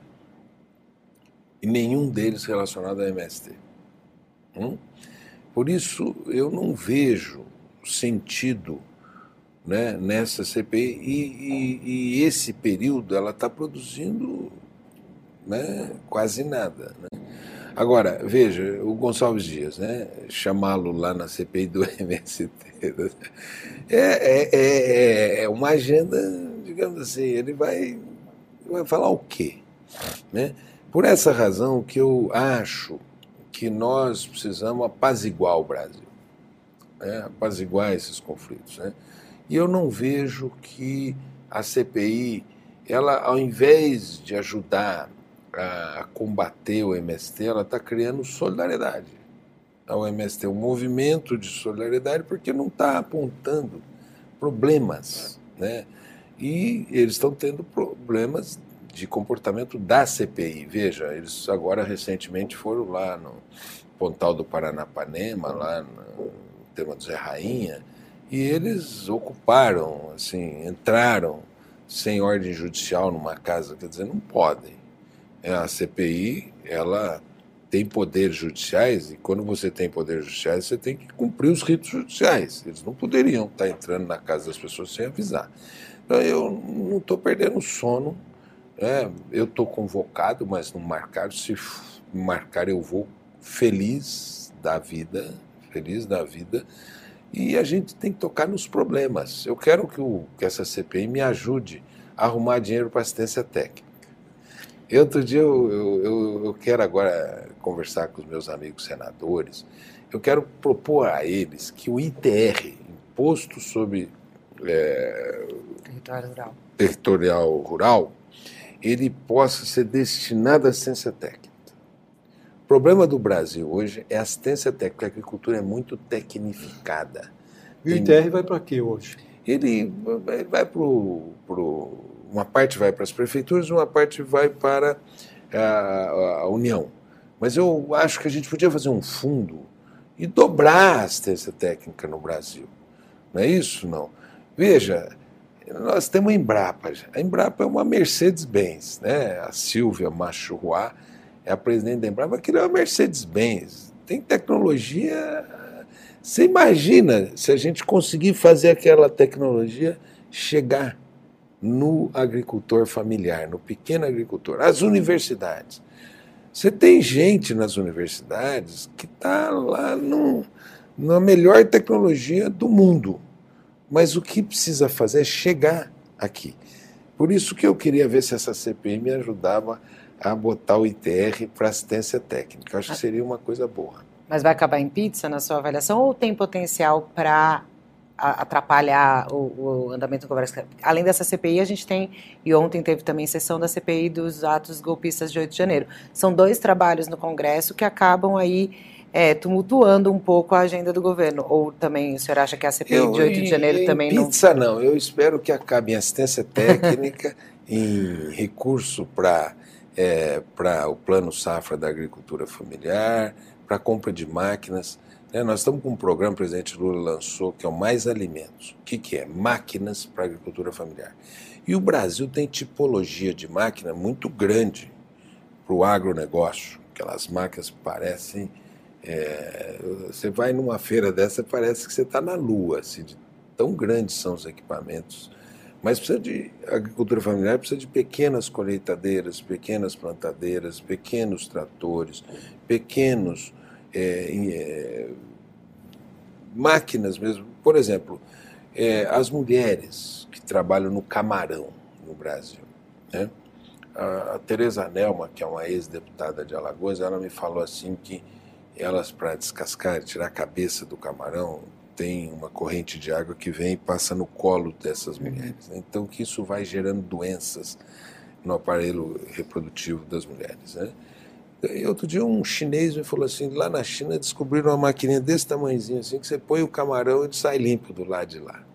E nenhum deles relacionado ao M S T. Hum? Por isso, eu não vejo sentido, né, nessa C P I, e, e, e esse período ela está produzindo, né, quase nada. Né? Agora, veja, o Gonçalves Dias, né, chamá-lo lá na C P I do M S T, é, é, é, é uma agenda, digamos assim, ele vai, vai falar o quê? Né? Por essa razão que eu acho que nós precisamos apaziguar o Brasil, né? Apaziguar esses conflitos. Né? E eu não vejo que a C P I, ela, ao invés de ajudar a combater o M S T, ela está criando solidariedade ao M S T, um movimento de solidariedade, porque não está apontando problemas, né? E eles estão tendo problemas de comportamento da C P I. Veja, eles agora recentemente foram lá no Pontal do Paranapanema, lá no tema do Zé Rainha, e eles ocuparam, assim, entraram sem ordem judicial numa casa, quer dizer, não podem. A C P I, ela tem poderes judiciais, e quando você tem poderes judiciais, você tem que cumprir os ritos judiciais. Eles não poderiam estar entrando na casa das pessoas sem avisar. Então, eu não estou perdendo sono. É, eu estou convocado, mas não marcaram. Se me marcar, eu vou feliz da vida, feliz da vida, e a gente tem que tocar nos problemas. Eu quero que, o, que essa C P I me ajude a arrumar dinheiro para assistência técnica. E outro dia eu, eu, eu, eu quero agora conversar com os meus amigos senadores, eu quero propor a eles que o I T R, Imposto sobre é, Território Rural, territorial rural, ele possa ser destinado à assistência técnica. O problema do Brasil hoje é a assistência técnica. A agricultura é muito tecnificada. E o I T R vai para quê hoje? Ele, ele vai para o... Uma parte vai para as prefeituras, uma parte vai para a, a União. Mas eu acho que a gente podia fazer um fundo e dobrar a assistência técnica no Brasil. Não é isso? Não. Veja, nós temos a Embrapa. A Embrapa é uma Mercedes-Benz, né? A Silvia Machuruá é a presidente da Embrapa. Aquilo é uma Mercedes-Benz. Tem tecnologia. Você imagina se a gente conseguir fazer aquela tecnologia chegar no agricultor familiar, no pequeno agricultor, as universidades. Você tem gente nas universidades que está lá no, na melhor tecnologia do mundo, mas o que precisa fazer é chegar aqui. Por isso que eu queria ver se essa C P I me ajudava a botar o I T R para assistência técnica. Eu acho que seria uma coisa boa. Mas vai acabar em pizza na sua avaliação ou tem potencial para atrapalhar o, o andamento do Congresso? Além dessa C P I, a gente tem, e ontem teve também sessão da C P I dos atos golpistas de oito de janeiro. São dois trabalhos no Congresso que acabam aí é, tumultuando um pouco a agenda do governo. Ou também o senhor acha que a C P I eu, de oito de janeiro em, também em não... Pizza não, eu espero que acabe em assistência técnica, em recurso para é, para o Plano Safra da Agricultura Familiar, para a compra de máquinas. É, nós estamos com um programa que o presidente Lula lançou, que é o Mais Alimentos. O que, que é? Máquinas para a agricultura familiar. E o Brasil tem tipologia de máquina muito grande para o agronegócio. Aquelas máquinas parecem... É, você vai numa feira dessa, parece que você está na Lua. Assim, de tão grandes são os equipamentos Mas precisa de a agricultura familiar, precisa de pequenas colheitadeiras, pequenas plantadeiras, pequenos tratores, pequenos é, é, máquinas mesmo. Por exemplo, é, as mulheres que trabalham no camarão no Brasil, né? A, a Tereza Nelma, que é uma ex-deputada de Alagoas, ela me falou assim que elas, para descascar, tirar a cabeça do camarão, tem uma corrente de água que vem e passa no colo dessas mulheres. Então, que isso vai gerando doenças no aparelho reprodutivo das mulheres, né? E outro dia um chinês me falou assim, lá na China descobriram uma maquininha desse tamanhozinho assim, que você põe o camarão e ele sai limpo do lado de lá.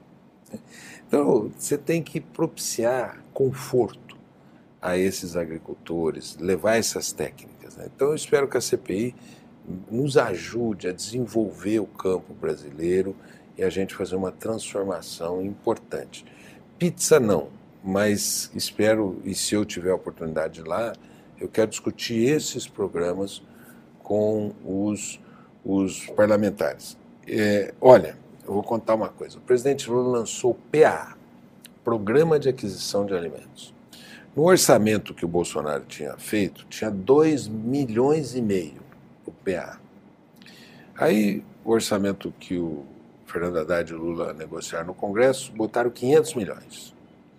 Então, você tem que propiciar conforto a esses agricultores, levar essas técnicas, né? Então, eu espero que a C P I nos ajude a desenvolver o campo brasileiro e a gente fazer uma transformação importante. Pizza não, mas espero, e se eu tiver a oportunidade lá, eu quero discutir esses programas com os, os parlamentares. É, olha, eu vou contar uma coisa. O presidente Lula lançou o P A A, Programa de Aquisição de Alimentos. No orçamento que o Bolsonaro tinha feito, tinha dois milhões e meio o P A A. Aí, o orçamento que o Fernando Haddad e o Lula negociaram no Congresso, botaram quinhentos milhões.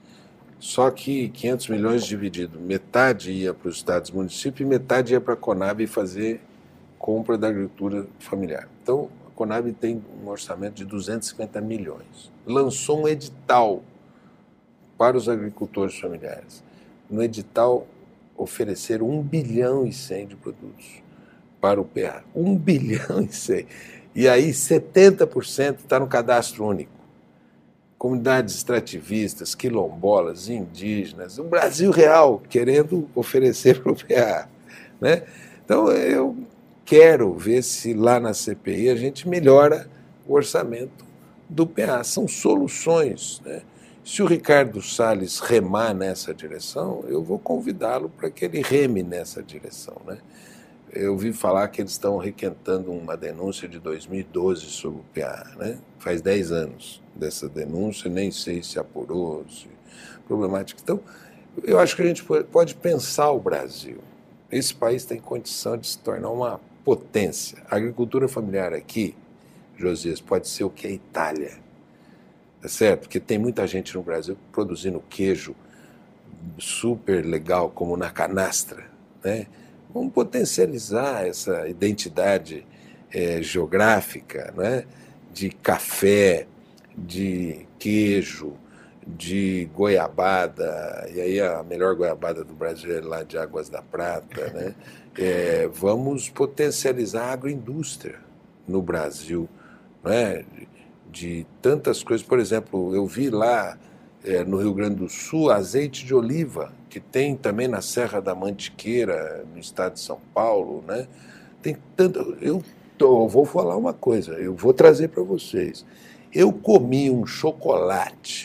Só que quinhentos milhões dividido, metade ia para os estados e municípios e metade ia para a Conab fazer compra da agricultura familiar. Então, a Conab tem um orçamento de duzentos e cinquenta milhões. Lançou um edital para os agricultores familiares. No edital, ofereceram um bilhão e cem de produtos para o P A A. um bilhão e cem. E aí, setenta por cento está no cadastro único. Comunidades extrativistas, quilombolas, indígenas, o Brasil real querendo oferecer para o P A A, né? Então, eu quero ver se lá na C P I a gente melhora o orçamento do P A A. São soluções, né? Se o Ricardo Salles remar nessa direção, eu vou convidá-lo para que ele reme nessa direção, né? Eu ouvi falar que eles estão requentando uma denúncia de dois mil e doze sobre o P A A, né? Faz dez anos dessa denúncia, nem sei se apurou, se problemática. Então, eu acho que a gente pode pensar o Brasil. Esse país tem condição de se tornar uma potência. A agricultura familiar aqui, Josias, pode ser o que é a Itália, tá certo? Porque tem muita gente no Brasil produzindo queijo super legal, como na canastra, né? Vamos potencializar essa identidade é, geográfica, né? De café, de queijo, de goiabada, e aí a melhor goiabada do Brasil é lá de Águas da Prata, né? É, vamos potencializar a agroindústria no Brasil, né? De, de tantas coisas. Por exemplo, eu vi lá é, no Rio Grande do Sul azeite de oliva, que tem também na Serra da Mantiqueira, no estado de São Paulo, né? Tem tanto. Eu, tô, eu vou falar uma coisa, eu vou trazer para vocês. Eu comi um chocolate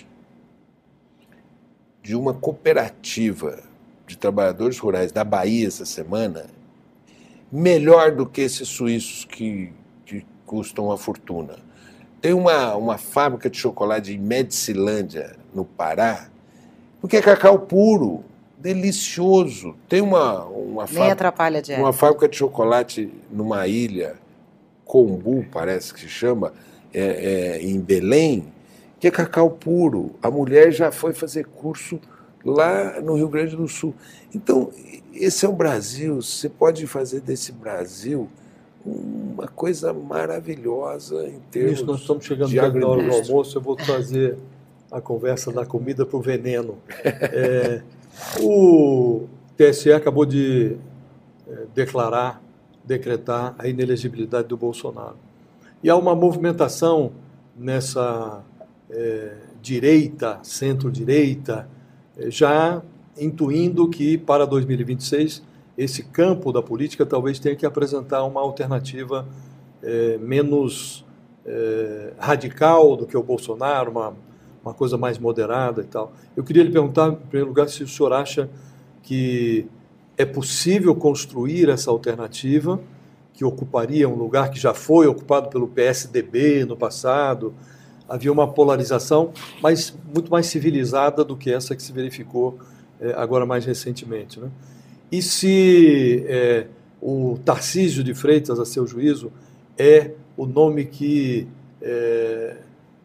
de uma cooperativa de trabalhadores rurais da Bahia essa semana, melhor do que esses suíços que, que custam uma fortuna. Tem uma, uma fábrica de chocolate em Medicilândia, no Pará, porque é cacau puro, delicioso. Tem uma, uma, Nem atrapalha a uma fábrica de chocolate numa ilha, Combu, parece que se chama, é, é, em Belém, que é cacau puro. A mulher já foi fazer curso lá no Rio Grande do Sul. Então, esse é o Brasil. Você pode fazer desse Brasil uma coisa maravilhosa em termos Isso, nós estamos chegando de perto da hora do agroindústria. almoço, eu vou trazer a conversa da comida para o veneno. É, o T S E acabou de é, declarar, decretar a inelegibilidade do Bolsonaro. E há uma movimentação nessa é, direita, centro-direita, é, já intuindo que para dois mil e vinte e seis esse campo da política talvez tenha que apresentar uma alternativa é, menos é, radical do que o Bolsonaro, uma, uma coisa mais moderada e tal. Eu queria lhe perguntar, em primeiro lugar, se o senhor acha que é possível construir essa alternativa que ocuparia um lugar que já foi ocupado pelo P S D B no passado, havia uma polarização, mas muito mais civilizada do que essa que se verificou é, agora mais recentemente, né? E se é, o Tarcísio de Freitas, a seu juízo, é o nome que é,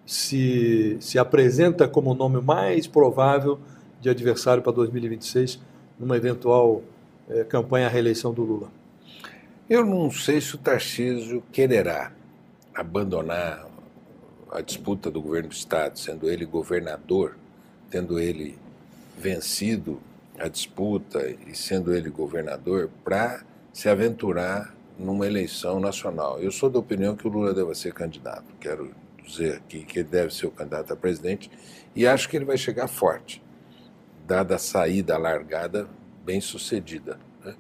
se, se apresenta como o nome mais provável de adversário para dois mil e vinte e seis, numa eventual é, campanha à reeleição do Lula? Eu não sei se o Tarcísio quererá abandonar a disputa do governo do Estado, sendo ele governador, tendo ele vencido a disputa e sendo ele governador, para se aventurar numa eleição nacional. Eu sou da opinião que o Lula deve ser candidato, quero dizer aqui que ele deve ser o candidato a presidente, e acho que ele vai chegar forte, dada a saída, a largada bem sucedida, né?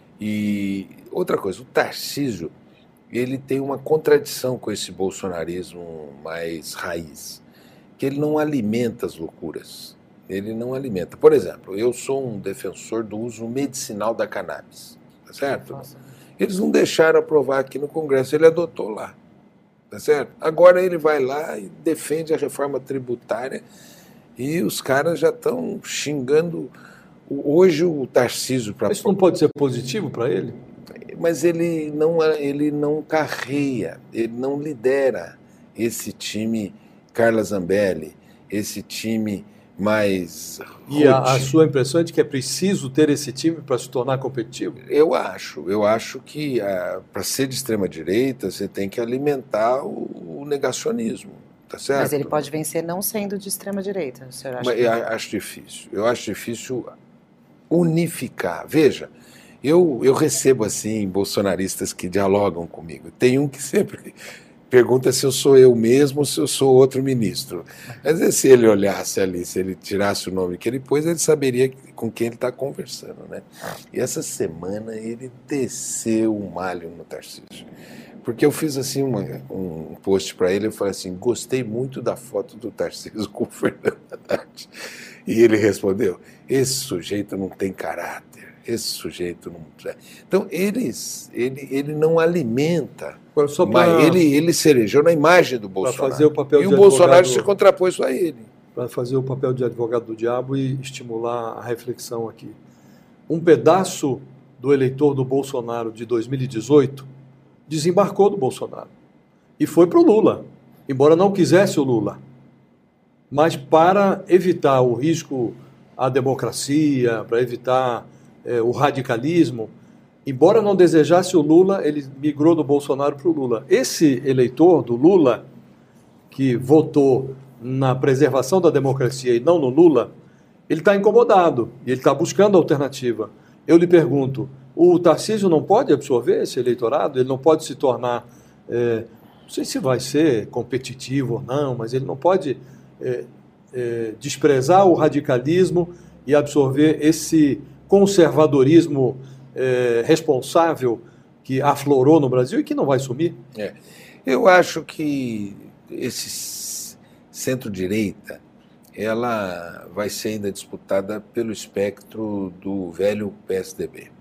E outra coisa, o Tarcísio, ele tem uma contradição com esse bolsonarismo mais raiz, que ele não alimenta as loucuras, ele não alimenta. Por exemplo, eu sou um defensor do uso medicinal da cannabis, tá certo? Nossa. Eles não deixaram aprovar aqui no Congresso, ele adotou lá, tá certo? Agora ele vai lá e defende a reforma tributária e os caras já estão xingando hoje o Tarcísio. Pra... Isso não pode ser positivo para ele? Mas ele não, ele não carreia, ele não lidera esse time Carla Zambelli, esse time mais... E a, a sua impressão é de que é preciso ter esse time para se tornar competitivo? Eu acho, eu acho que para ser de extrema-direita você tem que alimentar o, o negacionismo, tá certo? Mas ele pode vencer não sendo de extrema-direita, o senhor acha? Mas que... eu acho difícil, eu acho difícil unificar. Veja, Eu, eu recebo, assim, bolsonaristas que dialogam comigo. Tem um que sempre pergunta se eu sou eu mesmo ou se eu sou outro ministro. Às vezes, se ele olhasse ali, se ele tirasse o nome que ele pôs, ele saberia com quem ele está conversando, né? E essa semana ele desceu um malho no Tarcísio. Porque eu fiz, assim, uma, um post para ele, eu falei assim, gostei muito da foto do Tarcísio com o Fernando Haddad. E ele respondeu, esse sujeito não tem caráter. Esse sujeito não... Então, eles, ele, ele não alimenta, só pra... mas ele, ele se elegeu na imagem do Bolsonaro. Fazer o papel e de o Bolsonaro advogado... se contrapôs a ele. Para fazer o papel de advogado do diabo e estimular a reflexão aqui. Um pedaço do eleitor do Bolsonaro de dois mil e dezoito desembarcou do Bolsonaro e foi para o Lula, embora não quisesse o Lula. Mas para evitar o risco à democracia, para evitar... É, o radicalismo, embora não desejasse o Lula, ele migrou do Bolsonaro para o Lula. Esse eleitor do Lula, que votou na preservação da democracia e não no Lula, ele está incomodado e ele está buscando alternativa. Eu lhe pergunto, o Tarcísio não pode absorver esse eleitorado? Ele não pode se tornar, é, não sei se vai ser competitivo ou não, mas ele não pode é, é, desprezar o radicalismo e absorver esse conservadorismo é, responsável que aflorou no Brasil e que não vai sumir? É. Eu acho que esse centro-direita ela vai ser ainda disputada pelo espectro do velho P S D B.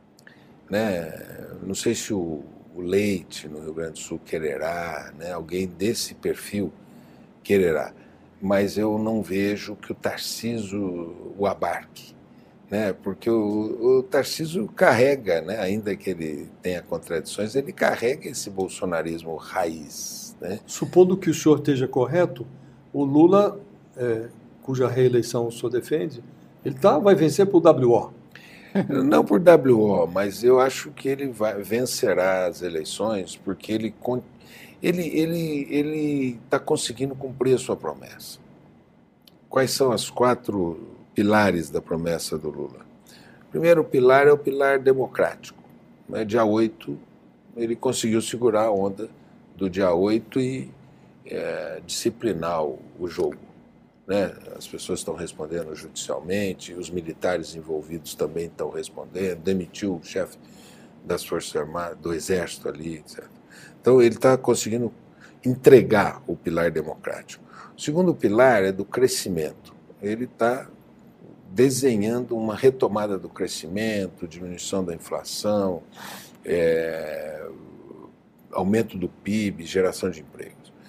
Né? Não sei se o, o Leite, no Rio Grande do Sul, quererá, né? Alguém desse perfil quererá, mas eu não vejo que o Tarcísio o abarque. Né, porque o, o Tarcísio carrega, né, ainda que ele tenha contradições, ele carrega esse bolsonarismo raiz. Né? Supondo que o senhor esteja correto, o Lula, é, cuja reeleição o senhor defende, ele tá, vai vencer por W O. Não por W O, mas eu acho que ele vai, vencerá as eleições porque ele ele ele ele está conseguindo cumprir a sua promessa. Quais são as quatro pilares da promessa do Lula? O primeiro pilar é o pilar democrático. Né? Dia oito, ele conseguiu segurar a onda do dia oito e é, disciplinar o, o jogo. Né? As pessoas estão respondendo judicialmente, os militares envolvidos também estão respondendo, demitiu o chefe das Forças Armadas, do Exército ali, etcétera. Então, ele está conseguindo entregar o pilar democrático. O segundo pilar é do crescimento. Ele está desenhando uma retomada do crescimento, diminuição da inflação, é, aumento do P I B, geração de empregos.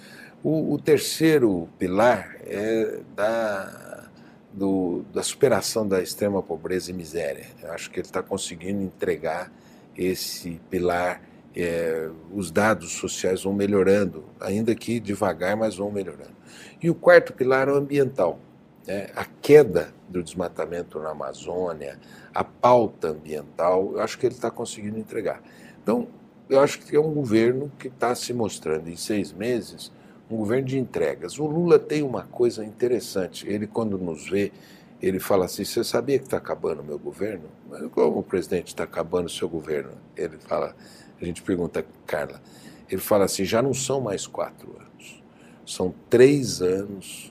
O, o terceiro pilar é da, do, da superação da extrema pobreza e miséria. Eu acho que ele está conseguindo entregar esse pilar. É, os dados sociais vão melhorando, ainda que devagar, mas vão melhorando. E o quarto pilar é o ambiental. Né? A queda do desmatamento na Amazônia, a pauta ambiental, eu acho que ele está conseguindo entregar. Então, eu acho que é um governo que está se mostrando em seis meses um governo de entregas. O Lula tem uma coisa interessante, ele quando nos vê, ele fala assim, você sabia que está acabando o meu governo? Mas como o presidente está acabando o seu governo? Ele fala, a gente pergunta, Carla, ele fala assim, já não são mais quatro anos, são três anos,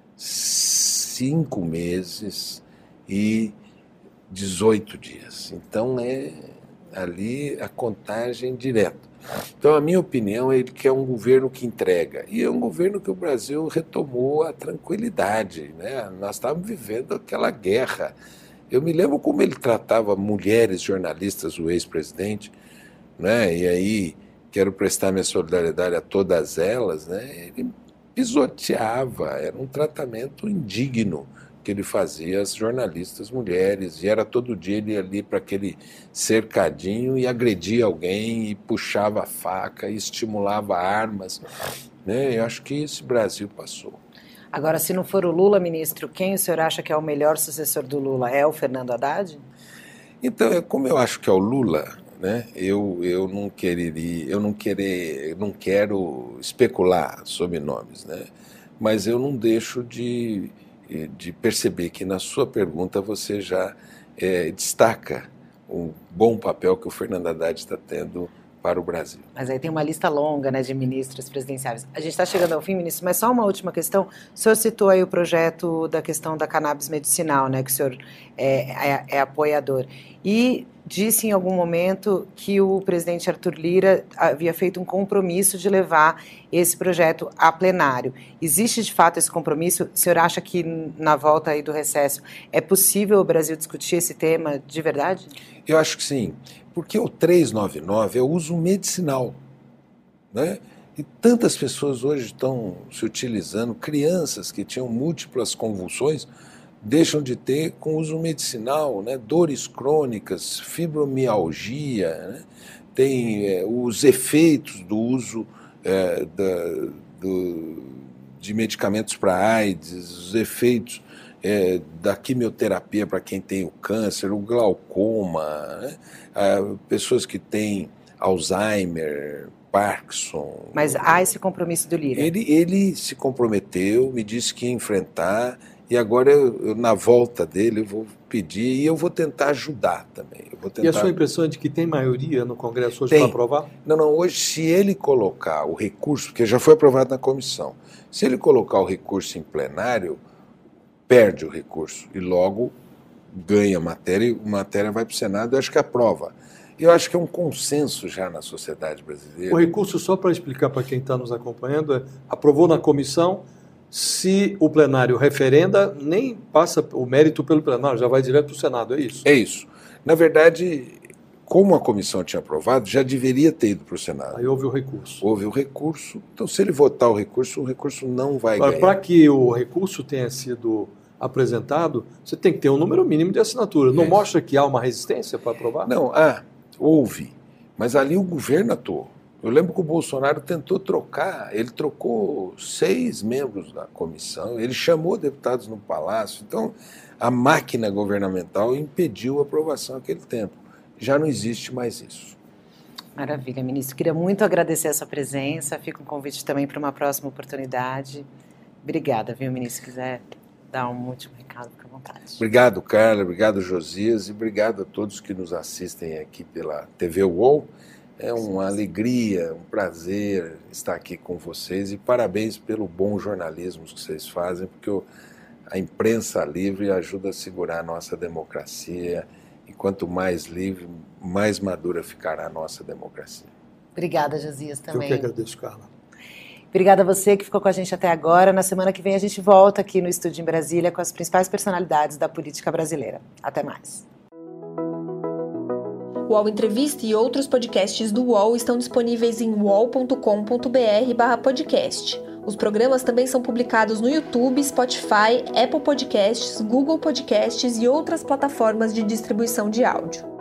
cinco meses e dezoito dias. Então é ali a contagem direta. Então, a minha opinião é que é um governo que entrega. E é um governo que o Brasil retomou a tranquilidade. Né? Nós estávamos vivendo aquela guerra. Eu me lembro como ele tratava mulheres jornalistas, o ex-presidente, né? E aí quero prestar minha solidariedade a todas elas. Né? Ele pisoteava, era um tratamento indigno que ele fazia às jornalistas mulheres, e era todo dia ele ia ali para aquele cercadinho e agredia alguém, e puxava a faca, e estimulava armas. Né? Eu acho que esse Brasil passou. Agora, se não for o Lula, ministro, quem o senhor acha que é o melhor sucessor do Lula? É o Fernando Haddad? Então, como eu acho que é o Lula, né, eu, eu não quereria, eu não querer, não quero especular sobre nomes, né, mas eu não deixo de de perceber que na sua pergunta você já é, destaca o bom papel que o Fernando Haddad está tendo para o Brasil. Mas aí tem uma lista longa, né, de ministros presidenciáveis. A gente está chegando ao fim, ministro, mas só uma última questão. O senhor citou aí o projeto da questão da cannabis medicinal, né, que o senhor é, é, é apoiador. E disse em algum momento que o presidente Arthur Lira havia feito um compromisso de levar esse projeto a plenário. Existe de fato esse compromisso? O senhor acha que na volta aí do recesso é possível o Brasil discutir esse tema de verdade? Eu acho que sim, porque o trezentos e noventa e nove é o uso medicinal, né? E tantas pessoas hoje estão se utilizando, crianças que tinham múltiplas convulsões, deixam de ter com uso medicinal, né? Dores crônicas, fibromialgia, né? Tem é, os efeitos do uso é, da, do, de medicamentos para AIDS, os efeitos é, da quimioterapia para quem tem o câncer, o glaucoma, né? ah, pessoas que têm Alzheimer, Parkinson. Mas há esse compromisso do Lira? Ele, ele se comprometeu, me disse que ia enfrentar. E agora, eu, eu, na volta dele, eu vou pedir e eu vou tentar ajudar também. Eu vou tentar... E a sua impressão é de que tem maioria no Congresso hoje para aprovar? Não, não. Hoje, se ele colocar o recurso, porque já foi aprovado na comissão, se ele colocar o recurso em plenário, perde o recurso e logo ganha a matéria e a matéria vai para o Senado e acho que aprova. Eu acho que é um consenso já na sociedade brasileira. O recurso, só para explicar para quem está nos acompanhando, é aprovou na comissão. Se o plenário referenda, nem passa o mérito pelo plenário, já vai direto para o Senado, é isso? É isso. Na verdade, como a comissão tinha aprovado, já deveria ter ido para o Senado. Aí houve o recurso. Houve o recurso. Então, se ele votar o recurso, o recurso não vai Agora, ganhar. Para que o recurso tenha sido apresentado, você tem que ter um número mínimo de assinaturas. Não Isso. mostra que há uma resistência para aprovar? Não, ah, houve. Mas ali o governo atuou. Eu lembro que o Bolsonaro tentou trocar, ele trocou seis membros da comissão, ele chamou deputados no Palácio, então a máquina governamental impediu a aprovação naquele tempo. Já não existe mais isso. Maravilha, ministro. Queria muito agradecer a sua presença, fica um convite também para uma próxima oportunidade. Obrigada, viu, ministro? Se quiser dar um último recado, fica à vontade. Obrigado, Carla, obrigado, Josias, e obrigado a todos que nos assistem aqui pela T V U O L. É uma alegria, um prazer estar aqui com vocês e parabéns pelo bom jornalismo que vocês fazem, porque a imprensa livre ajuda a segurar a nossa democracia e quanto mais livre, mais madura ficará a nossa democracia. Obrigada, Josias, também. Eu que agradeço, Carla. Obrigada a você que ficou com a gente até agora. Na semana que vem a gente volta aqui no estúdio em Brasília com as principais personalidades da política brasileira. Até mais. O U O L Entrevista e outros podcasts do U O L estão disponíveis em u o l ponto com ponto b r barra podcast. Os programas também são publicados no YouTube, Spotify, Apple Podcasts, Google Podcasts e outras plataformas de distribuição de áudio.